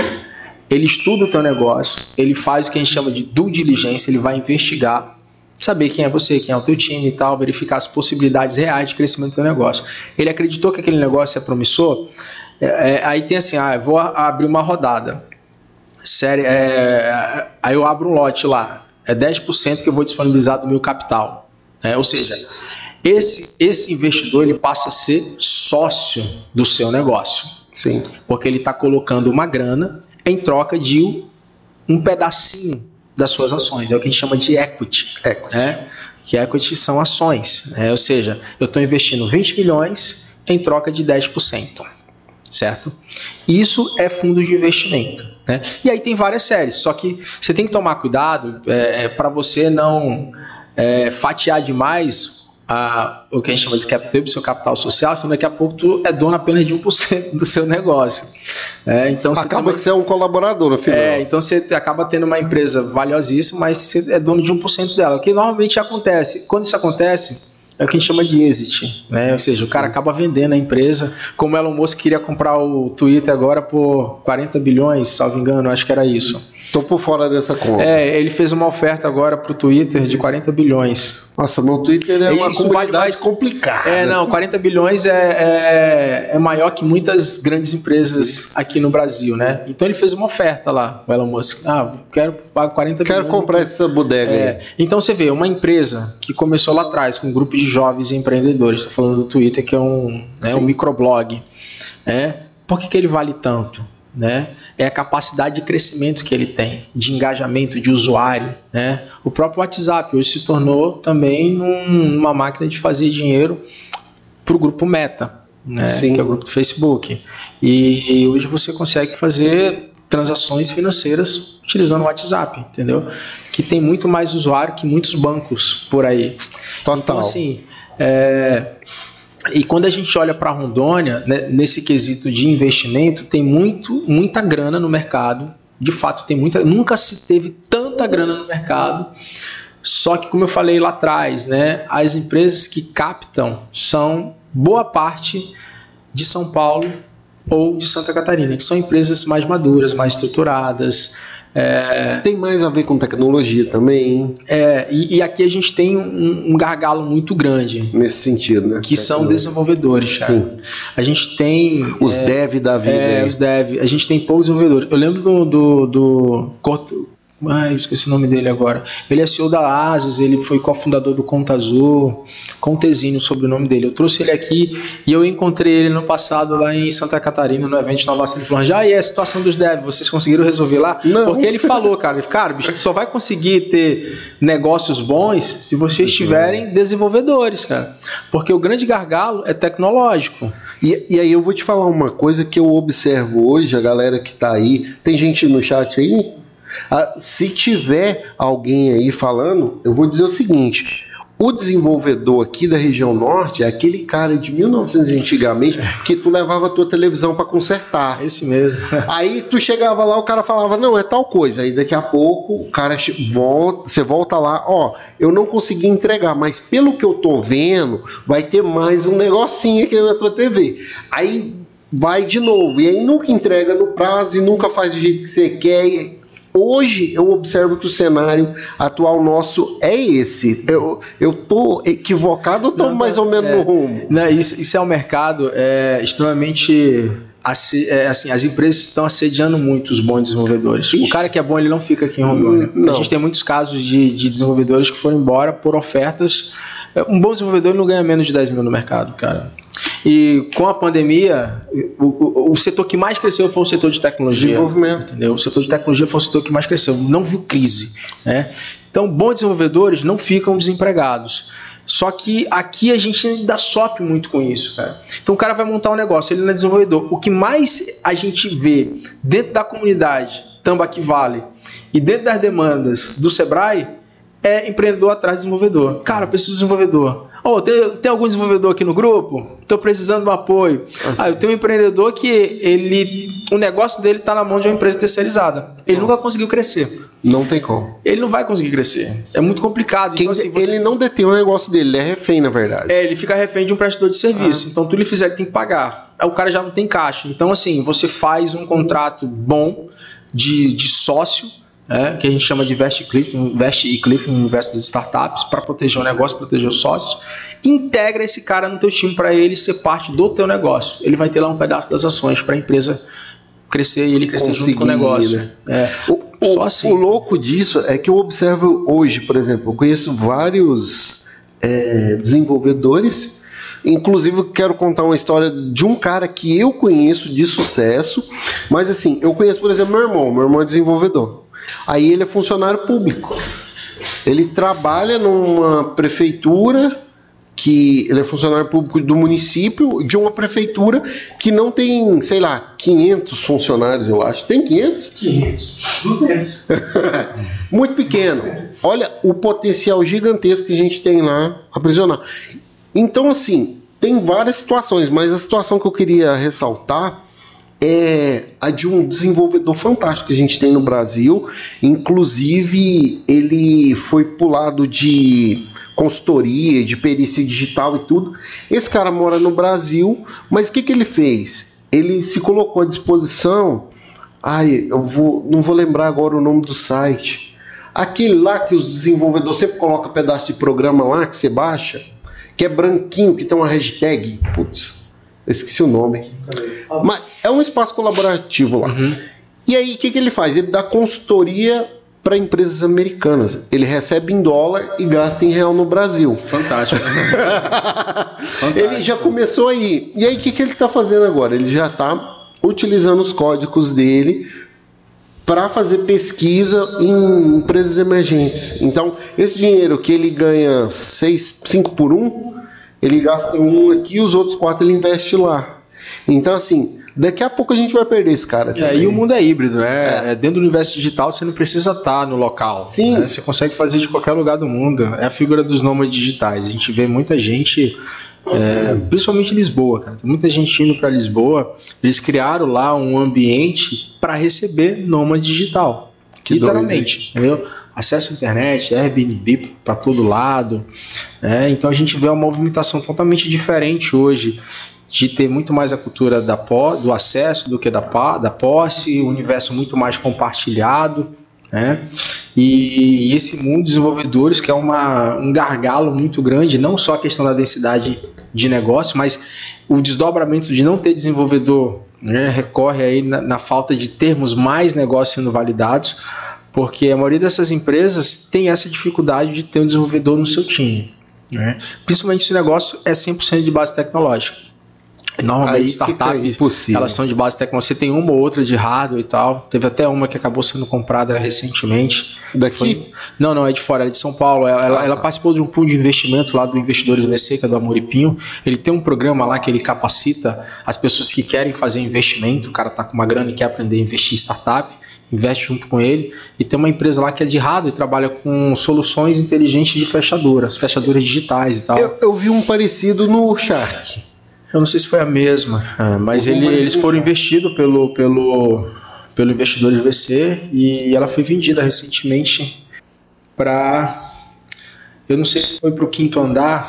ele estuda o teu negócio, ele faz o que a gente chama de due diligência, ele vai investigar, saber quem é você, quem é o teu time e tal, verificar as possibilidades reais de crescimento do teu negócio. Ele acreditou que aquele negócio é promissor, é, é, aí tem assim, ah, eu vou abrir uma rodada. Sério, é, aí eu abro um lote lá. É dez por cento que eu vou disponibilizar do meu capital. É, ou seja, esse, esse investidor ele passa a ser sócio do seu negócio. Sim. Porque ele está colocando uma grana em troca de um pedacinho das suas ações. É o que a gente chama de equity. Equity. Né? Que equity são ações. Né? Ou seja, eu estou investindo vinte milhões em troca de dez por cento. Certo? Isso é fundo de investimento, né? E aí tem várias séries, só que você tem que tomar cuidado é, é, para você não é, fatiar demais a, o que a gente chama de cap table, seu capital social, então daqui a pouco tu é dono apenas de um por cento do seu negócio. É, então acaba você que você é um colaborador no final. É, então você acaba tendo uma empresa valiosíssima, mas você é dono de um por cento dela. O que normalmente acontece, quando isso acontece, é o que a gente chama de exit, né? Ou seja, o cara acaba vendendo a empresa, como o Elon Musk queria comprar o Twitter agora por quarenta bilhões, salvo engano, acho que era isso. Tô por fora dessa conta. É, ele fez uma oferta agora pro Twitter de quarenta bilhões. Nossa, meu Twitter é uma Isso comunidade vale mais- complicada. É, não, quarenta bilhões é, é, é maior que muitas grandes empresas aqui no Brasil, né? Então ele fez uma oferta lá, o Elon Musk. Ah, quero pagar quarenta Quero bilhões. comprar essa bodega aí. É, então você vê, uma empresa que começou lá atrás com um grupo de jovens empreendedores, estou falando do Twitter, que é um, né, um microblog, né? Por que, que ele vale tanto? Né? É a capacidade de crescimento que ele tem, de engajamento de usuário, né? O próprio WhatsApp hoje se tornou também um, uma máquina de fazer dinheiro para o grupo Meta, né? Sim. Que é o grupo do Facebook. E, e hoje você consegue fazer transações financeiras utilizando o WhatsApp, entendeu? Que tem muito mais usuário que muitos bancos por aí. Total. Então, assim, é, e quando a gente olha para Rondônia, né, nesse quesito de investimento, tem muito, muita grana no mercado. De fato, tem muita. Nunca se teve tanta grana no mercado. Só que, como eu falei lá atrás, né, as empresas que captam são boa parte de São Paulo ou de Santa Catarina, que são empresas mais maduras, mais estruturadas. É, Tem mais a ver com tecnologia também, é, e, e aqui a gente tem um, um gargalo muito grande, nesse sentido, né? que são desenvolvedores, cara. Sim. A gente tem Os é, dev da vida. é, aí. os dev, a gente tem poucos desenvolvedores. Eu lembro do, do, do Corto- ai, eu esqueci o nome dele agora. Ele é C E O da Asus, ele foi cofundador do Conta Azul, Contezinho, sobre o nome dele. Eu trouxe ele aqui e eu encontrei ele no passado lá em Santa Catarina, no evento de inovação de Floresta. Ah, e a situação dos devs, vocês conseguiram resolver lá? Não. Porque ele falou, cara, cara, bicho, só vai conseguir ter negócios bons se vocês tiverem desenvolvedores, cara. Porque o grande gargalo é tecnológico. E, e aí eu vou te falar uma coisa que eu observo hoje, a galera que tá aí, tem gente no chat aí? Ah, se tiver alguém aí falando, eu vou dizer o seguinte: o desenvolvedor aqui da região norte é aquele cara de mil e novecentos antigamente que tu levava a tua televisão para consertar. Esse mesmo. Aí tu chegava lá, o cara falava, não, é tal coisa. Aí daqui a pouco o cara volta, você volta lá, ó, eu não consegui entregar, mas pelo que eu tô vendo, vai ter mais um negocinho aqui na tua T V. Aí vai de novo, e aí nunca entrega no prazo e nunca faz do jeito que você quer. E hoje eu observo que o cenário atual nosso é esse. Eu, eu tô equivocado ou tô Não, mais tá- ou menos é, no rumo? Não, isso, isso é um mercado é, extremamente. assi- é, assim, as empresas estão assediando muito os bons desenvolvedores. Ixi. O cara que é bom, ele não fica aqui em Rondônia. Hum, não. A gente tem muitos casos de, de desenvolvedores que foram embora por ofertas. Um bom desenvolvedor não ganha menos de dez mil no mercado, cara. E com a pandemia, o, o, o setor que mais cresceu foi o setor de tecnologia. Desenvolvimento. Entendeu? O setor de tecnologia foi o setor que mais cresceu. Não viu crise, né? Então, bons desenvolvedores não ficam desempregados. Só que aqui a gente ainda sofre muito com isso, cara. Então o cara vai montar um negócio, ele não é desenvolvedor. O que mais a gente vê dentro da comunidade Tambaqui Valley e dentro das demandas do Sebrae é empreendedor atrás de desenvolvedor. Cara, eu preciso de desenvolvedor. Oh, tem, tem algum desenvolvedor aqui no grupo? Estou precisando de um apoio. Ah, eu tenho um empreendedor que ele, o negócio dele está na mão de uma empresa terceirizada. Ele nunca conseguiu crescer. Não tem como. Ele não vai conseguir crescer. É muito complicado. Quem, Então, assim, você- Ele não detém o negócio dele, ele é refém, na verdade. É, ele fica refém de um prestador de serviço. Então, tu lhe fizer, ele tem que pagar. Aí o cara já não tem caixa. Então, assim, você faz um contrato bom de, de sócio, é, que a gente chama de Vest e Cliff, Vest e Cliff, um investe das startups, para proteger o negócio, proteger o sócio. Integra esse cara no teu time para ele ser parte do teu negócio. Ele vai ter lá um pedaço das ações para a empresa crescer e ele crescer junto com o negócio. Né? É. O, Só o, assim. o louco disso é que eu observo hoje, por exemplo, eu conheço vários é, desenvolvedores. Inclusive, eu quero contar uma história de um cara que eu conheço de sucesso. Mas assim, eu conheço, por exemplo, meu irmão. Meu irmão é desenvolvedor. Aí ele é funcionário público. Ele trabalha numa prefeitura que ele é funcionário público do município, de uma prefeitura que não tem, sei lá, quinhentos funcionários, eu acho. Tem quinhentos? quinhentos. duzentos. Muito pequeno. Olha o potencial gigantesco que a gente tem lá aprisionar. Então, assim, tem várias situações, mas a situação que eu queria ressaltar é a de um desenvolvedor fantástico que a gente tem no Brasil. Inclusive, ele foi pro lado de consultoria, de perícia digital e tudo. Esse cara mora no Brasil, mas o que, que ele fez? Ele se colocou à disposição. Ai, eu vou, não vou lembrar agora o nome do site. Aquele lá que os desenvolvedores sempre colocam pedaço de programa lá que você baixa, que é branquinho, que tem uma hashtag. Putz, eu esqueci o nome. Mas é um espaço colaborativo lá. Uhum. E aí, o que, que ele faz? Ele dá consultoria para empresas americanas. Ele recebe em dólar e gasta em real no Brasil. Fantástico. Fantástico. Ele já começou aí. E aí, o que, que ele está fazendo agora? Ele já está utilizando os códigos dele para fazer pesquisa em empresas emergentes. Então, esse dinheiro que ele ganha cinco por um, ele gasta um aqui e os outros quatro ele investe lá. Então, assim, daqui a pouco a gente vai perder esse cara. É, e o mundo é híbrido, né? É. Dentro do universo digital você não precisa estar no local. Sim. Né? Você consegue fazer de qualquer lugar do mundo. É a figura dos nômades digitais. A gente vê muita gente, é, principalmente em Lisboa, cara. Tem muita gente indo para Lisboa. Eles criaram lá um ambiente para receber nômade digital. Que literalmente, doido. Entendeu? Acesso à internet, Airbnb para todo lado. Né? Então a gente vê uma movimentação totalmente diferente hoje, de ter muito mais a cultura da po, do acesso do que da, da posse, um universo muito mais compartilhado, né? E, e esse mundo de desenvolvedores, que é uma, um gargalo muito grande, não só a questão da densidade de negócio, mas o desdobramento de não ter desenvolvedor, né? Recorre aí na, na falta de termos mais negócios sendo validados, porque a maioria dessas empresas tem essa dificuldade de ter um desenvolvedor no seu time, né? Principalmente se o negócio é cem por cento de base tecnológica. Normalmente startups, elas são de base tecnológica. Você tem uma ou outra de hardware e tal. Teve até uma que acabou sendo comprada recentemente. Daqui? Foi... Não, não, é de fora, é de São Paulo. Ela, ah, ela, ela participou de um pool de investimentos lá do Investidores V C, que é do Amoripinho. Ele tem um programa lá que ele capacita as pessoas que querem fazer investimento. O cara tá com uma grana e quer aprender a investir em startup, investe junto com ele. E tem uma empresa lá que é de hardware e trabalha com soluções inteligentes de fechaduras, fechaduras digitais e tal. Eu, eu vi um parecido no Shark. Eu não sei se foi a mesma, mas ele, eles foram investidos pelo, pelo, pelo Investidores V C e ela foi vendida recentemente para, eu não sei se foi para o Quinto Andar,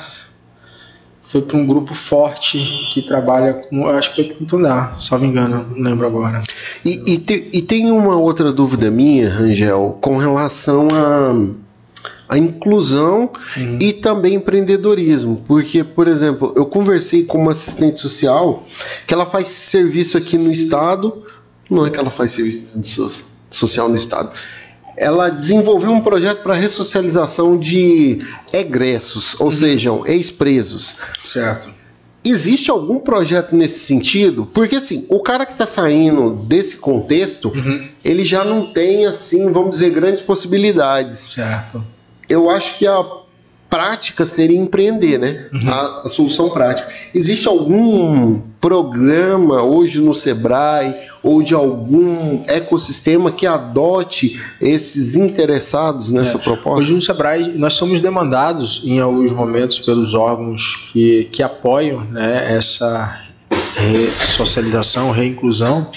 foi para um grupo forte que trabalha com, eu acho que foi para o Quinto Andar, se não me engano, não lembro agora. E, e, te, e tem uma outra dúvida minha, Rangel, com relação a... a inclusão uhum. e também empreendedorismo, porque, por exemplo, eu conversei com uma assistente social que ela faz serviço aqui no estado, não é que ela faz serviço social no estado, ela desenvolveu um projeto para ressocialização de egressos, ou uhum. seja, ex-presos. Certo. Existe algum projeto nesse sentido? Porque assim, o cara que está saindo desse contexto, uhum. ele já não tem, assim, vamos dizer, grandes possibilidades. Certo. Eu acho que a prática seria empreender, né? Uhum. A, a solução prática. Existe algum programa hoje no Sebrae ou de algum ecossistema que adote esses interessados nessa é. proposta? Hoje no Sebrae nós somos demandados em alguns momentos pelos órgãos que, que apoiam, né, essa ressocialização, reinclusão.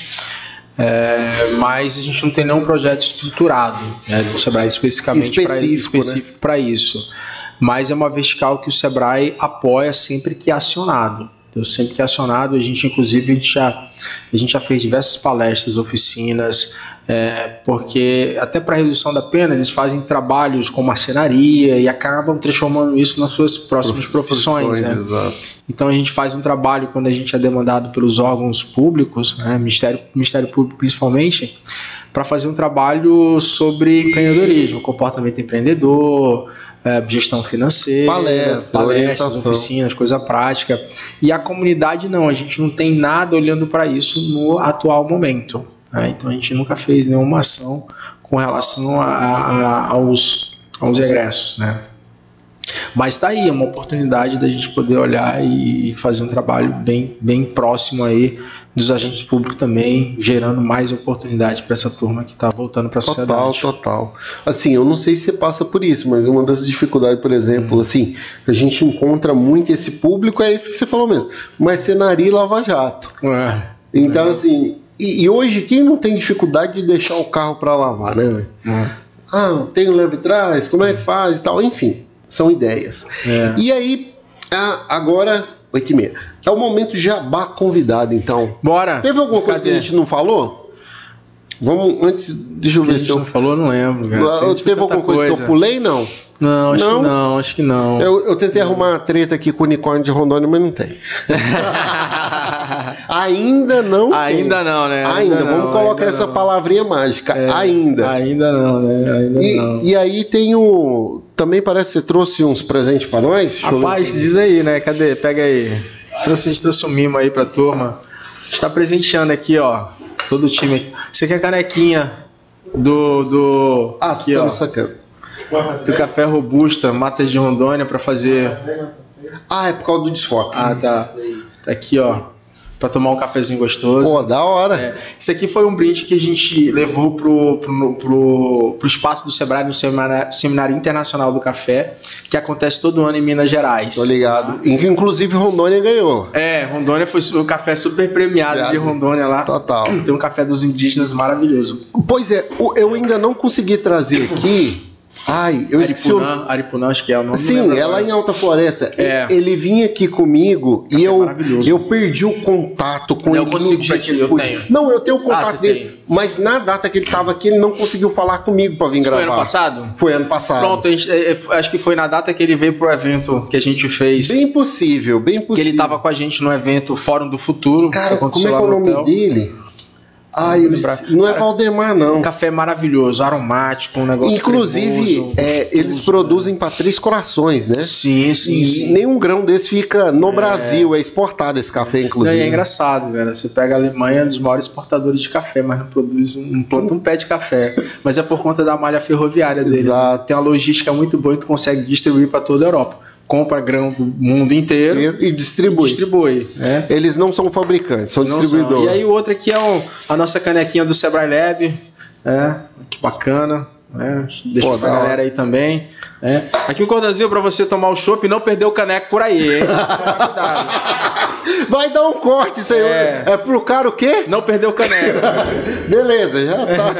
É, mas a gente não tem nenhum projeto estruturado, né, do Sebrae especificamente específico para né? isso. Mas é uma vertical que o Sebrae apoia sempre que é acionado. Então, sempre que é acionado, a gente inclusive a gente já, a gente já fez diversas palestras, oficinas, é, porque até para redução da pena eles fazem trabalhos com marcenaria e acabam transformando isso nas suas próximas profissões. profissões né? Exato. Então a gente faz um trabalho quando a gente é demandado pelos órgãos públicos, né, Ministério, Ministério Público principalmente, para fazer um trabalho sobre empreendedorismo, comportamento empreendedor, é, gestão financeira, palestra, palestras, oficinas, coisa prática. E a comunidade não, a gente não tem nada olhando para isso no atual momento. Né? Então a gente nunca fez nenhuma ação com relação a, a, aos, aos egressos, né? Mas tá aí, é uma oportunidade da gente poder olhar e fazer um trabalho bem, bem próximo aí dos agentes públicos também, gerando mais oportunidade para essa turma que está voltando para a sociedade. Total, total. Assim, eu não sei se você passa por isso, mas uma das dificuldades, por exemplo, hum. assim, a gente encontra muito esse público, é esse que você falou mesmo, marcenaria e lava-jato. É. Então, é. assim, e, e hoje quem não tem dificuldade de deixar o carro para lavar, né? É. Ah, tem o leve trás, como é que faz e tal, enfim. São ideias. É. E aí, agora, oito e meia. É o momento jabá convidado, então. Bora. Teve alguma coisa Cadê? que a gente não falou? Vamos, antes, deixa eu ver que se eu... não falou, não lembro. Cara. Teve alguma coisa, coisa que eu pulei, não? Não, acho não? que não, acho que não. Eu, eu tentei não. arrumar uma treta aqui com o unicórnio de Rondônia, mas não tem. Ainda não Ainda tem. não, né? Ainda, ainda vamos não, colocar ainda essa não. palavrinha mágica. É, ainda. Ainda não, né? Ainda e, não. E aí tem o... Também parece que você trouxe uns presentes para nós. Rapaz, diz aí, né? Cadê? Pega aí. Trouxe, trouxe um mimo aí pra turma. Está presenteando aqui, ó. Todo o time aqui. Você quer canequinha do... do ah, aqui, tá ó. sacando. Do Café Robusta, Matas de Rondônia, pra fazer... Ah, é por causa do desfoque. Ah, tá. Tá aqui, ó. Pra tomar um cafezinho gostoso. Pô, da hora. É. Isso aqui foi um brinde que a gente levou pro, pro, pro, pro espaço do Sebrae no Seminário, Seminário Internacional do Café, que acontece todo ano em Minas Gerais. Tô ligado. Inclusive Rondônia ganhou. É, Rondônia foi o café super premiado é, de Rondônia lá. Total. Tem um café dos indígenas maravilhoso. Pois é, eu ainda não consegui trazer aqui... Ai, eu esqueci o... Aripunã, acho que é o nome. Sim, é lá em Alta Floresta. É. Ele vinha aqui comigo e eu, eu perdi o contato com eu ele. Eu consigo pra ti, eu tenho. Não, eu tenho o contato ah, dele. Tem. Mas na data que ele estava aqui, ele não conseguiu falar comigo para vir Isso gravar. Foi ano passado? Foi ano passado. Pronto, a gente, é, acho que foi na data que ele veio pro evento que a gente fez. Bem possível, bem possível. Que ele estava com a gente no evento Fórum do Futuro. Cara, como é que é o nome hotel. dele? Ah, eu não é Valdemar, não. Um café maravilhoso, aromático, um negócio. Inclusive, cremoso, é, eles gostoso, produzem para Três Corações, né? Sim, sim. E sim. nenhum grão desse fica no é... Brasil, é exportado esse café, inclusive. É, é engraçado, velho. Você pega a Alemanha, é um dos maiores exportadores de café, mas não produz um, não planta um pé de café. Mas é por conta da malha ferroviária deles. Exato. Né? Tem uma logística muito boa e tu consegue distribuir para toda a Europa. Compra grão do mundo inteiro e distribui. distribui né? Eles não são fabricantes, são não distribuidores. São. E aí o outro aqui é o, a nossa canequinha do Sebrae Lab. É, que bacana. É, deixa Pô, pra galera aí também. É. Aqui um cordãozinho pra você tomar o chopp e não perder o caneco por aí, hein? Vai dar um corte isso aí. É, é pro cara o quê? Não perder o caneco. Beleza, já tá.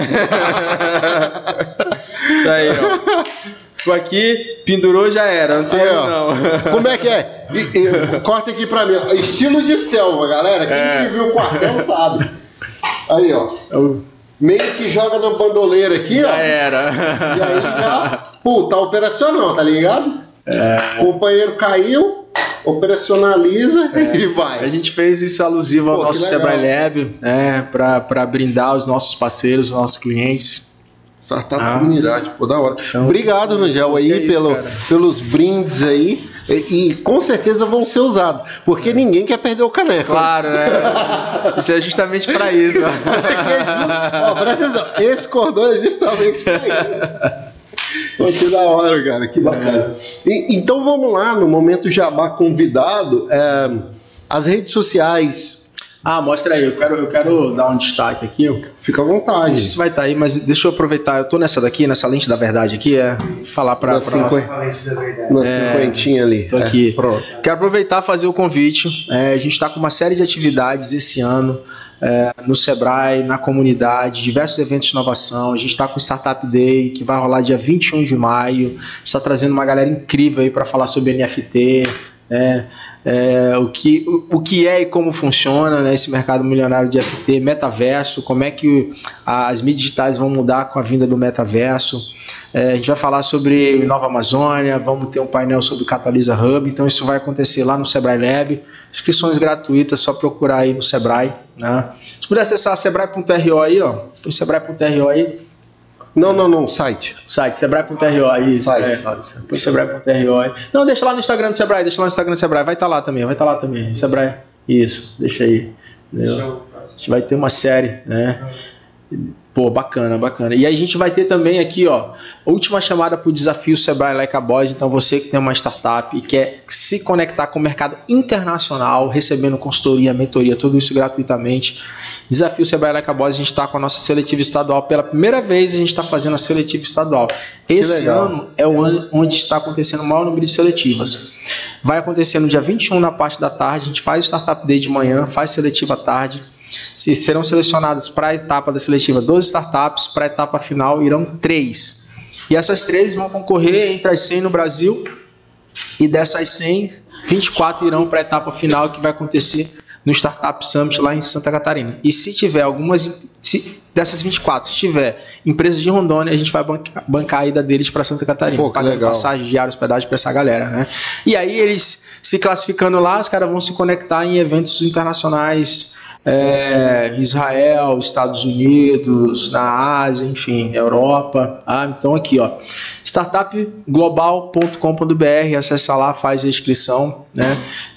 Tá aí, ó. Isso aqui, pendurou, já era. Não tem aí, não. Como é que é? E, e, corta aqui pra mim. Estilo de selva, galera. Quem é. se viu o quartel sabe. Aí, ó. Meio que joga na bandoleira aqui, já ó. Já era. E aí já... Pô, tá operacional, tá ligado? É. O companheiro caiu, operacionaliza é. e vai. A gente fez isso alusivo ao Pô, nosso Sebrae Lab, né? Pra, pra brindar os nossos parceiros, os nossos clientes. Startup ah. comunidade, pô, da hora. Então, Obrigado, Rangel, aí é isso, pelo, pelos brindes aí. E, e com certeza vão ser usados. Porque é. ninguém quer perder o caneco. Claro, né? Isso é justamente para isso. Ó, presta atenção. Esse cordão é justamente para isso. Pô, que da hora, cara. Que bacana. É. E, então vamos lá, no momento jabá convidado. É, as redes sociais. Ah, mostra aí, eu quero, eu quero dar um destaque aqui. Fica à vontade. Não sei se vai estar aí, mas deixa eu aproveitar. Eu tô nessa daqui, nessa lente da verdade aqui, é falar para na cinquentinha ali. Tô aqui. É, pronto. Quero aproveitar e fazer o convite. É, a gente está com uma série de atividades esse ano é, no Sebrae, na comunidade, diversos eventos de inovação. A gente está com o Startup Day, que vai rolar dia vinte e um de maio. Está trazendo uma galera incrível aí para falar sobre N F T. É, é, o, que, o, o que é e como funciona, né, esse mercado milionário de N F T, metaverso, como é que as mídias digitais vão mudar com a vinda do metaverso. É, a gente vai falar sobre Nova Amazônia, vamos ter um painel sobre o Catalysa Hub, então isso vai acontecer lá no Sebrae Lab, inscrições gratuitas, só procurar aí no Sebrae, né? Se puder acessar sebrae ponto r o aí, ó, põe sebrae ponto r o aí. Não, não, não, site. Site, sebrae ponto r o aí. Site, é, site. Põe sebrae ponto r o aí. Não, deixa lá no Instagram do Sebrae, deixa lá no Instagram do Sebrae, vai estar tá lá também, vai estar tá lá também. Sebrae, isso, deixa aí. Entendeu? A gente vai ter uma série, né? Pô, bacana, bacana. E aí a gente vai ter também aqui, ó, última chamada para o desafio Sebrae Like a Boys. Então você que tem uma startup e quer se conectar com o mercado internacional, recebendo consultoria, mentoria, tudo isso gratuitamente. Desafio Sebrae Like a Boys, a gente está com a nossa seletiva estadual. Pela primeira vez a gente está fazendo a seletiva estadual. Esse ano é o ano onde está acontecendo o maior número de seletivas. Vai acontecer no dia vinte e um na parte da tarde, a gente faz o Startup Day de manhã, faz seletiva à tarde. Se serão selecionadas para a etapa da seletiva doze startups, para a etapa final irão três. E essas três vão concorrer entre as cem no Brasil, e dessas cem, vinte e quatro irão para a etapa final, que vai acontecer no Startup Summit lá em Santa Catarina. E se tiver algumas, se, dessas vinte e quatro, se tiver empresas de Rondônia, a gente vai bancar, bancar a ida deles para Santa Catarina. Pô, que legal. Passagem, diária, hospedagem para essa galera, né? E aí eles se classificando lá, os caras vão se conectar em eventos internacionais, É, Israel, Estados Unidos, na Ásia, enfim, Europa. Ah, então aqui, ó, startup global ponto com ponto b r, acessa lá, faz a inscrição, né?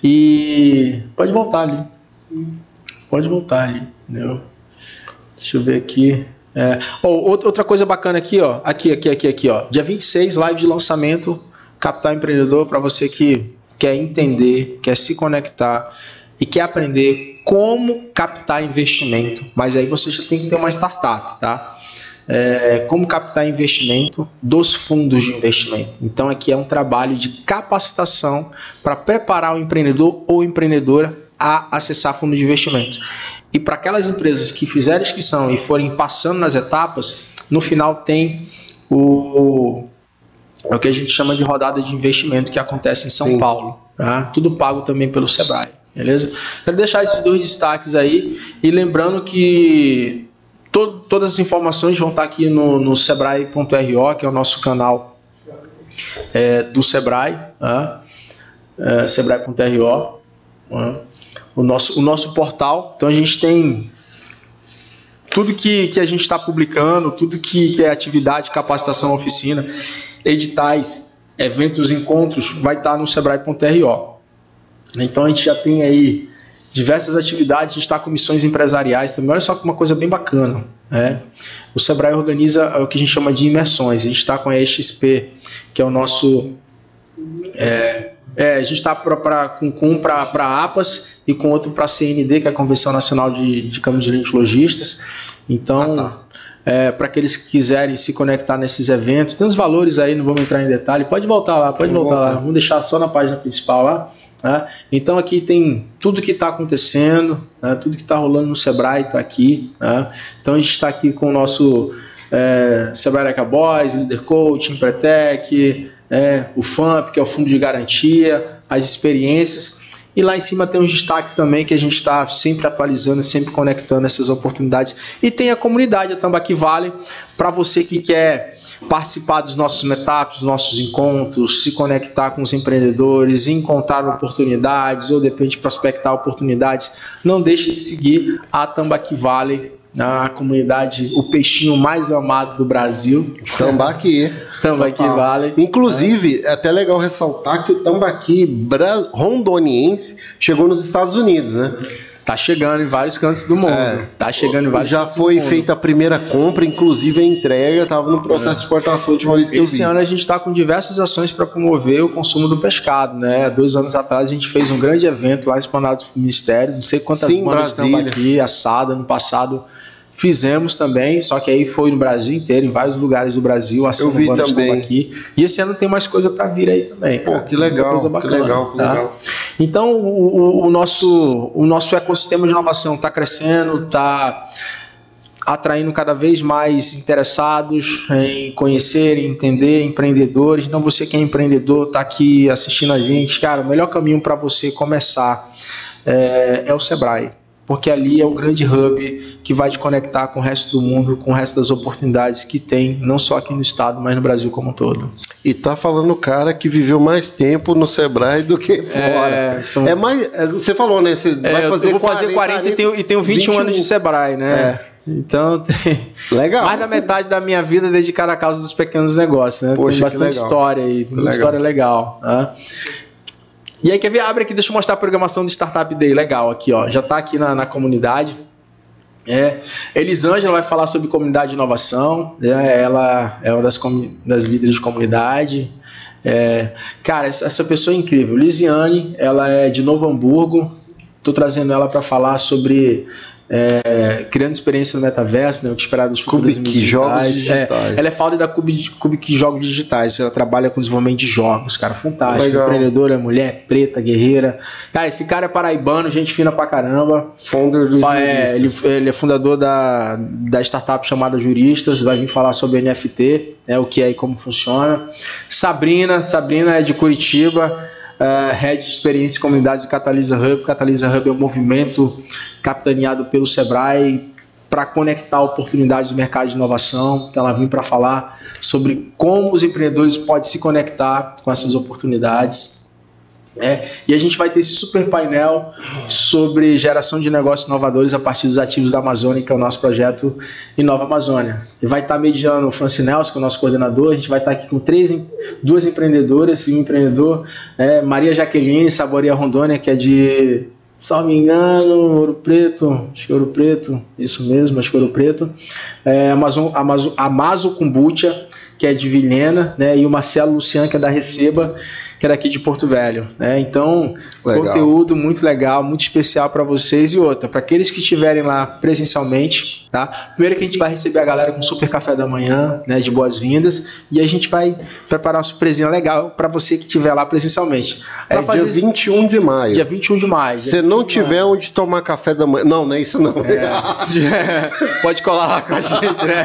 E pode voltar ali. Pode voltar ali, entendeu? Deixa eu ver aqui. É, oh, outra coisa bacana aqui, ó, aqui, aqui, aqui, aqui, ó, dia vinte e seis, live de lançamento, Capital Empreendedor, para você que quer entender, quer se conectar e quer aprender como captar investimento, mas aí você já tem que ter uma startup, tá? É, como captar investimento dos fundos de investimento. Então aqui é um trabalho de capacitação para preparar o empreendedor ou empreendedora a acessar fundo de investimento. E para aquelas empresas que fizerem inscrição e forem passando nas etapas, no final tem o, é o que a gente chama de rodada de investimento, que acontece em São Sim. Paulo, tá? Tudo pago também pelo Sebrae. Beleza? Quero deixar esses dois destaques aí e lembrando que to todas as informações vão estar aqui no, no sebrae ponto r o, que é o nosso canal é, do Sebrae, né? é, sebrae ponto r o, né? o, nosso, o nosso portal. Então a gente tem tudo que, que a gente está publicando, tudo que, que é atividade, capacitação, oficina, editais, eventos, encontros, vai estar no sebrae ponto r o. Então a gente já tem aí diversas atividades, a gente está com missões empresariais também. Olha só que uma coisa bem bacana, né? O Sebrae organiza o que a gente chama de imersões. A gente está com a E X P, que é o nosso... É, é, a gente está com um para a APAS e com outro para a C N D, que é a Convenção Nacional de, de Câmara de Lojistas. Então... Ah, tá. É, para aqueles que quiserem se conectar nesses eventos, tem os valores aí, não vamos entrar em detalhe, pode voltar lá, pode voltar lá, vamos deixar só na página principal lá, né? Então aqui tem tudo que está acontecendo, né? Tudo que está rolando no Sebrae está aqui, né? Então a gente está aqui com o nosso é, Sebrae Like a Boys, Leader Coach, Empretec, é, o F A M P, que é o Fundo de Garantia, as experiências. E lá em cima tem os destaques também, que a gente está sempre atualizando, sempre conectando essas oportunidades. E tem a comunidade, a Tambaqui Valley, para você que quer participar dos nossos meetups, dos nossos encontros, se conectar com os empreendedores, encontrar oportunidades ou de repente prospectar oportunidades. Não deixe de seguir a Tambaqui Valley, a comunidade, o peixinho mais amado do Brasil. Tambaqui. Tambaqui Valley. Inclusive, é até legal ressaltar que o tambaqui rondoniense chegou nos Estados Unidos, né? Tá chegando em vários cantos do mundo. É, tá chegando em vários Já cantos foi do mundo. feita a primeira compra, inclusive a entrega, estava no processo é. de exportação, a última vez que Esse eu vi. ano a gente está com diversas ações para promover o consumo do pescado, né? Dois anos atrás a gente fez um grande evento lá esplanado pelo Ministério, não sei quantas Sim, bandas estão aqui, assada. No passado fizemos também, só que aí foi no Brasil inteiro, em vários lugares do Brasil, eu vi também aqui. E esse ano tem mais coisa para vir aí também. Pô, cara. que legal, coisa bacana, que legal, que tá? legal. Então o, o, nosso, o nosso ecossistema de inovação está crescendo, está atraindo cada vez mais interessados em conhecer, em entender, empreendedores. Então você que é empreendedor, está aqui assistindo a gente, cara, o melhor caminho para você começar é, é o Sebrae. Porque ali é o grande hub que vai te conectar com o resto do mundo, com o resto das oportunidades que tem, não só aqui no estado, mas no Brasil como um todo. E tá falando o cara que viveu mais tempo no Sebrae do que fora. É, são... é mais, você falou, né? Você é, vai fazer eu vou fazer quarenta, quarenta e tenho, e tenho vinte e um anos de Sebrae, né? É. Então, tem legal. mais da metade da minha vida dedicada à causa dos pequenos negócios, né? Poxa, tem bastante história aí, tem uma história legal, tá? E aí, quer ver? Abre aqui, deixa eu mostrar a programação do Startup Day. Legal, aqui, ó. Já está aqui na, na comunidade. É, Elisângela vai falar sobre comunidade de inovação, né? Ela é uma das, das líderes de comunidade. É, cara, essa pessoa é incrível. Lisiane, ela é de Novo Hamburgo. Estou trazendo ela para falar sobre é, criando experiência no metaverso, né, o que esperar dos futuros Cubic Jogos Digitais. É, ela é founder da Cubic, Cubic Jogos Digitais. Ela trabalha com desenvolvimento de jogos, cara, fantástico. Legal. Empreendedora, mulher, preta, guerreira. Cara, esse cara é paraibano, gente fina pra caramba. Founder do é, ele, ele é fundador da, da startup chamada Juristas. Vai vir falar sobre N F T, né, o que é e como funciona. Sabrina, Sabrina é de Curitiba. Uh, Head de Experiência e Comunidades de Catalysa Hub. Catalysa Hub é um movimento capitaneado pelo Sebrae para conectar oportunidades do mercado de inovação. Ela vem para falar sobre como os empreendedores podem se conectar com essas oportunidades. É, e a gente vai ter esse super painel sobre geração de negócios inovadores a partir dos ativos da Amazônia, que é o nosso projeto Inova Amazônia. E vai estar mediando o Franci Nelson, que é o nosso coordenador. A gente vai estar aqui com três, duas empreendedoras e um empreendedor, é, Maria Jaqueline, Saboria Rondônia, que é de, se não me engano, Ouro Preto, acho que é Ouro Preto, isso mesmo, acho que é Ouro Preto. É, Amazon, Amazon, Amazo Kombucha, que é de Vilhena, né, e o Marcelo Luciano, que é da Receba, que é daqui de Porto Velho, né? Então, legal. Conteúdo muito legal, muito especial para vocês. E outra, para aqueles que estiverem lá presencialmente, tá? Primeiro que a gente vai receber a galera com super café da manhã, né, de boas-vindas, e a gente vai preparar uma surpresinha legal para você que estiver lá presencialmente. Pra é fazer... dia vinte e um de maio. Dia vinte e um de maio. Se não tiver onde tomar café da manhã... Não, não é isso não. É. Pode colar lá com a gente, né?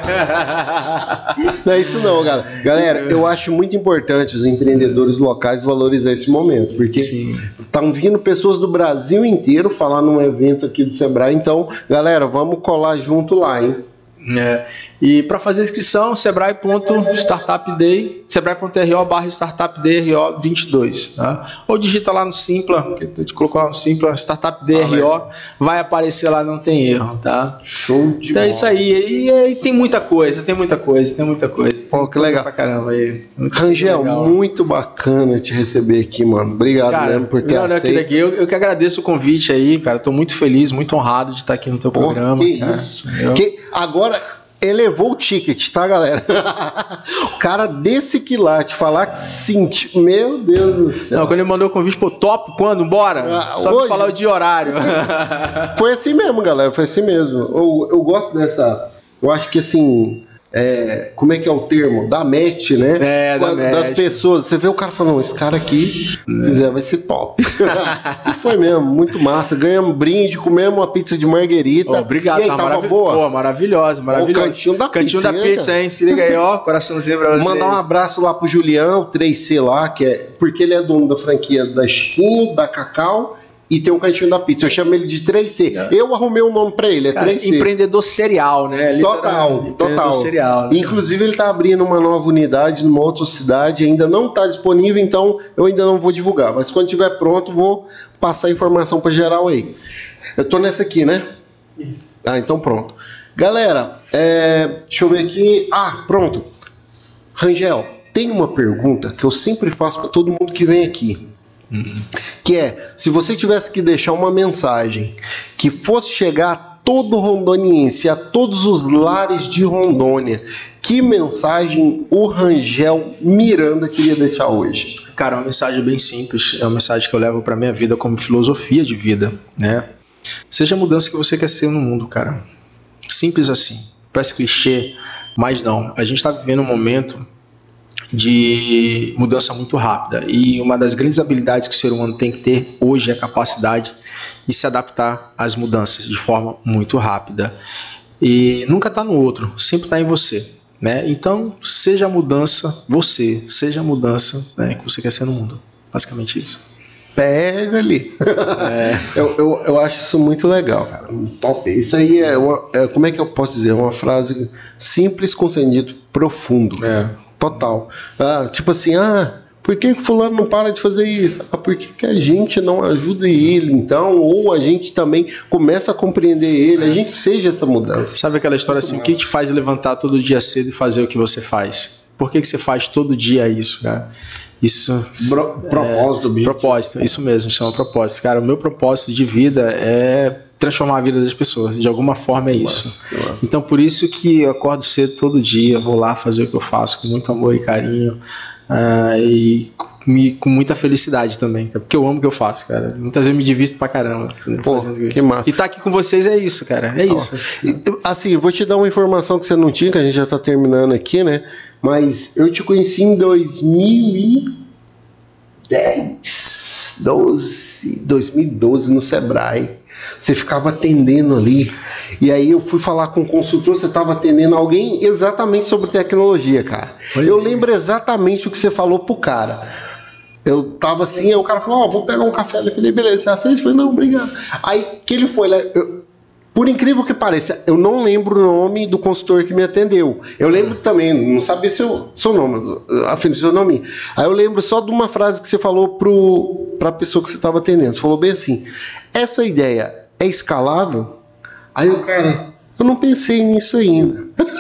Não é isso não, galera. Galera, eu acho muito importante os empreendedores locais valorizar esse momento, porque estão vindo pessoas do Brasil inteiro falar num evento aqui do Sebrae. Então, galera, vamos colar junto lá, hein? É. E para fazer a inscrição, sebrae.startupday, sebrae.ro barra startupdro vinte e dois, tá? Ou digita lá no Simpla, que tu te colocou lá no Simpla, startupdro, ah, vai aparecer lá, não tem erro, tá? Show de Então bola. É isso aí. E, e, e tem muita coisa, tem muita coisa, tem muita coisa. Tem Pô, que legal. Pra caramba aí. Rangel, legal. Muito bacana te receber aqui, mano. Obrigado, cara, mesmo por ter não, não, aceito. Aqui, eu, eu que agradeço o convite aí, cara. Tô muito feliz, muito honrado de estar aqui no teu Pô, programa. Que cara. isso. Eu... Que agora... elevou o ticket, tá, galera? O cara desse quilate falar que sim, meu Deus do céu. Não, quando ele mandou o convite, pô, top, quando? Bora? Ah, Só hoje... falar o dia e horário. Foi assim mesmo, galera, foi assim mesmo. Eu, eu gosto dessa, eu acho que assim, é, como é que é o termo? Da match, né? É, da match. Das pessoas, você vê o cara falando, esse cara aqui, quiser, vai ser top. E foi mesmo, muito massa. Ganhamos brinde, comemos uma pizza de marguerita. Oh, obrigado, e aí, tá tava marav- boa? Pô, maravilhosa, maravilhosa. O cantinho da cantinho pizza. Cantinho da pizza, hein? Se liga aí, ó, coraçãozinho pra vocês. Mandar um abraço lá pro Julião, o três C lá, que é, porque ele é dono da franquia da Chiquinho, da Cacau, e tem um cantinho da pizza. Eu chamo ele de três C. É. Eu arrumei um nome pra ele, é cara, três C. Empreendedor serial, né? Total, total. Serial, né? Inclusive, ele tá abrindo uma nova unidade numa outra cidade, ainda não tá disponível, então eu ainda não vou divulgar. Mas quando tiver pronto, vou passar a informação pra geral aí. Eu tô nessa aqui, né? Ah, então pronto. Galera, é, deixa eu ver aqui. Ah, pronto. Rangel, tem uma pergunta que eu sempre faço pra todo mundo que vem aqui. Uhum. Que é, se você tivesse que deixar uma mensagem que fosse chegar a todo rondoniense, a todos os lares de Rondônia, que mensagem o Rangel Miranda queria deixar hoje? Cara, é uma mensagem bem simples, é uma mensagem que eu levo pra minha vida como filosofia de vida, né? Seja a mudança que você quer ser no mundo, cara. Simples assim, parece clichê, mas não. A gente tá vivendo um momento de mudança muito rápida, e uma das grandes habilidades que o ser humano tem que ter hoje é a capacidade de se adaptar às mudanças de forma muito rápida, e nunca está no outro, sempre está em você, né? Então seja a mudança você, seja a mudança, né, que você quer ser no mundo, basicamente isso. Pega ali. É. eu, eu, eu acho isso muito legal, cara. Top. Isso aí é, uma, é, como é que eu posso dizer, uma frase simples com sentido profundo. É. Total. Ah, tipo assim, ah, por que fulano não para de fazer isso? Ah, por que, que a gente não ajuda ele, então? Ou a gente também começa a compreender ele, a gente seja essa mudança. Sabe aquela história assim, o que te faz levantar todo dia cedo e fazer o que você faz? Por que, que você faz todo dia isso, cara? Isso... Bro, propósito, é, propósito, isso mesmo, chama propósito. Cara, o meu propósito de vida é transformar a vida das pessoas. De alguma forma é isso. Nossa, nossa. Então, por isso que eu acordo cedo todo dia, vou lá fazer o que eu faço com muito amor e carinho. Uh, e me, com muita felicidade também, porque eu amo o que eu faço, cara. Muitas vezes eu me divirto pra caramba. Pô, que massa. E tá aqui com vocês é isso, cara. É isso. Assim, vou te dar uma informação que você não tinha, que a gente já tá terminando aqui, né? Mas eu te conheci em dois mil e dez, doze, dois mil e doze no Sebrae. Você ficava atendendo ali. E aí eu fui falar com o consultor, você estava atendendo alguém exatamente sobre tecnologia, cara. Olha, eu lembro exatamente o que você falou pro cara. Eu tava assim, aí o cara falou, ó, oh, vou pegar um café. Eu falei, beleza, você aceita? Eu falei, não, obrigado. Aí que ele foi lá, eu, por incrível que pareça, eu não lembro o nome do consultor que me atendeu. Eu lembro também, não sabia seu, seu nome, afim, seu nome. Aí eu lembro só de uma frase que você falou pro, pra pessoa que você estava atendendo. Você falou bem assim, essa ideia é escalável? Aí o cara, eu não pensei nisso ainda.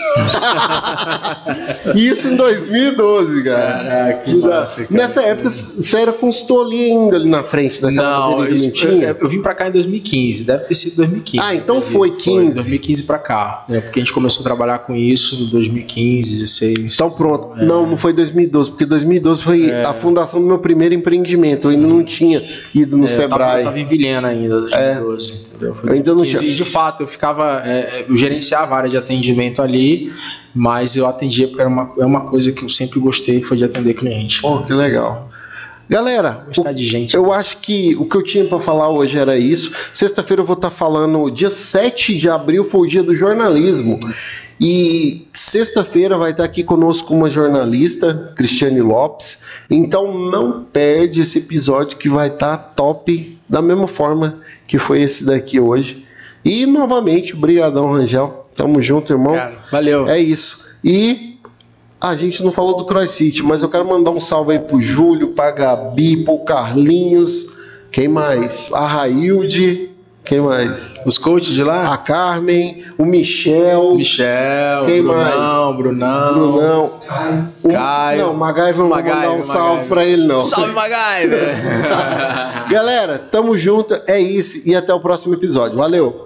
Isso em dois mil e doze, cara. Caraca, que massa, cara. Nessa época, você era consultor ali ainda, ali na frente daquela não, isso, que não tinha? Eu, eu vim pra cá em dois mil e quinze, deve ter sido dois mil e quinze. Ah, então foi quinze. Foi dois mil e quinze pra cá, né? Porque a gente começou a trabalhar com isso em dois mil e quinze, dezesseis. Então pronto. É. Não, não foi dois mil e doze, porque dois mil e doze foi é. a fundação do meu primeiro empreendimento. Eu ainda não tinha ido no é, Sebrae. Eu tava, eu tava em Vilhena ainda, dois mil e doze, é. entendeu? Foi eu ainda não tinha. E de fato, eu ficava, é, eu gerenciava a área de atendimento ali, mas eu atendia porque era uma, é uma coisa que eu sempre gostei, foi de atender cliente. Pô, que legal. Galera, Gostar de gente. eu acho que o que eu tinha para falar hoje era isso. Sexta-feira eu vou estar falando, dia sete de abril foi o dia do jornalismo. E sexta-feira vai estar aqui conosco uma jornalista, Cristiane Lopes. Então não perde esse episódio que vai estar top da mesma forma que foi esse daqui hoje. E novamente, brigadão, Rangel. Tamo junto, irmão. Cara, valeu. É isso. E a gente não falou do CrossFit, mas eu quero mandar um salve aí pro Júlio, pra Gabi, pro Carlinhos. Quem mais? A Railde. Quem mais? Os coaches de lá? A Carmen, o Michel. Michel, quem Brunão, mais? Brunão. Brunão. O, Caio. Não, MacGyver não vou mandar um salve MacGyver. pra ele, não. Salve, MacGyver! Galera, tamo junto. É isso. E até o próximo episódio. Valeu!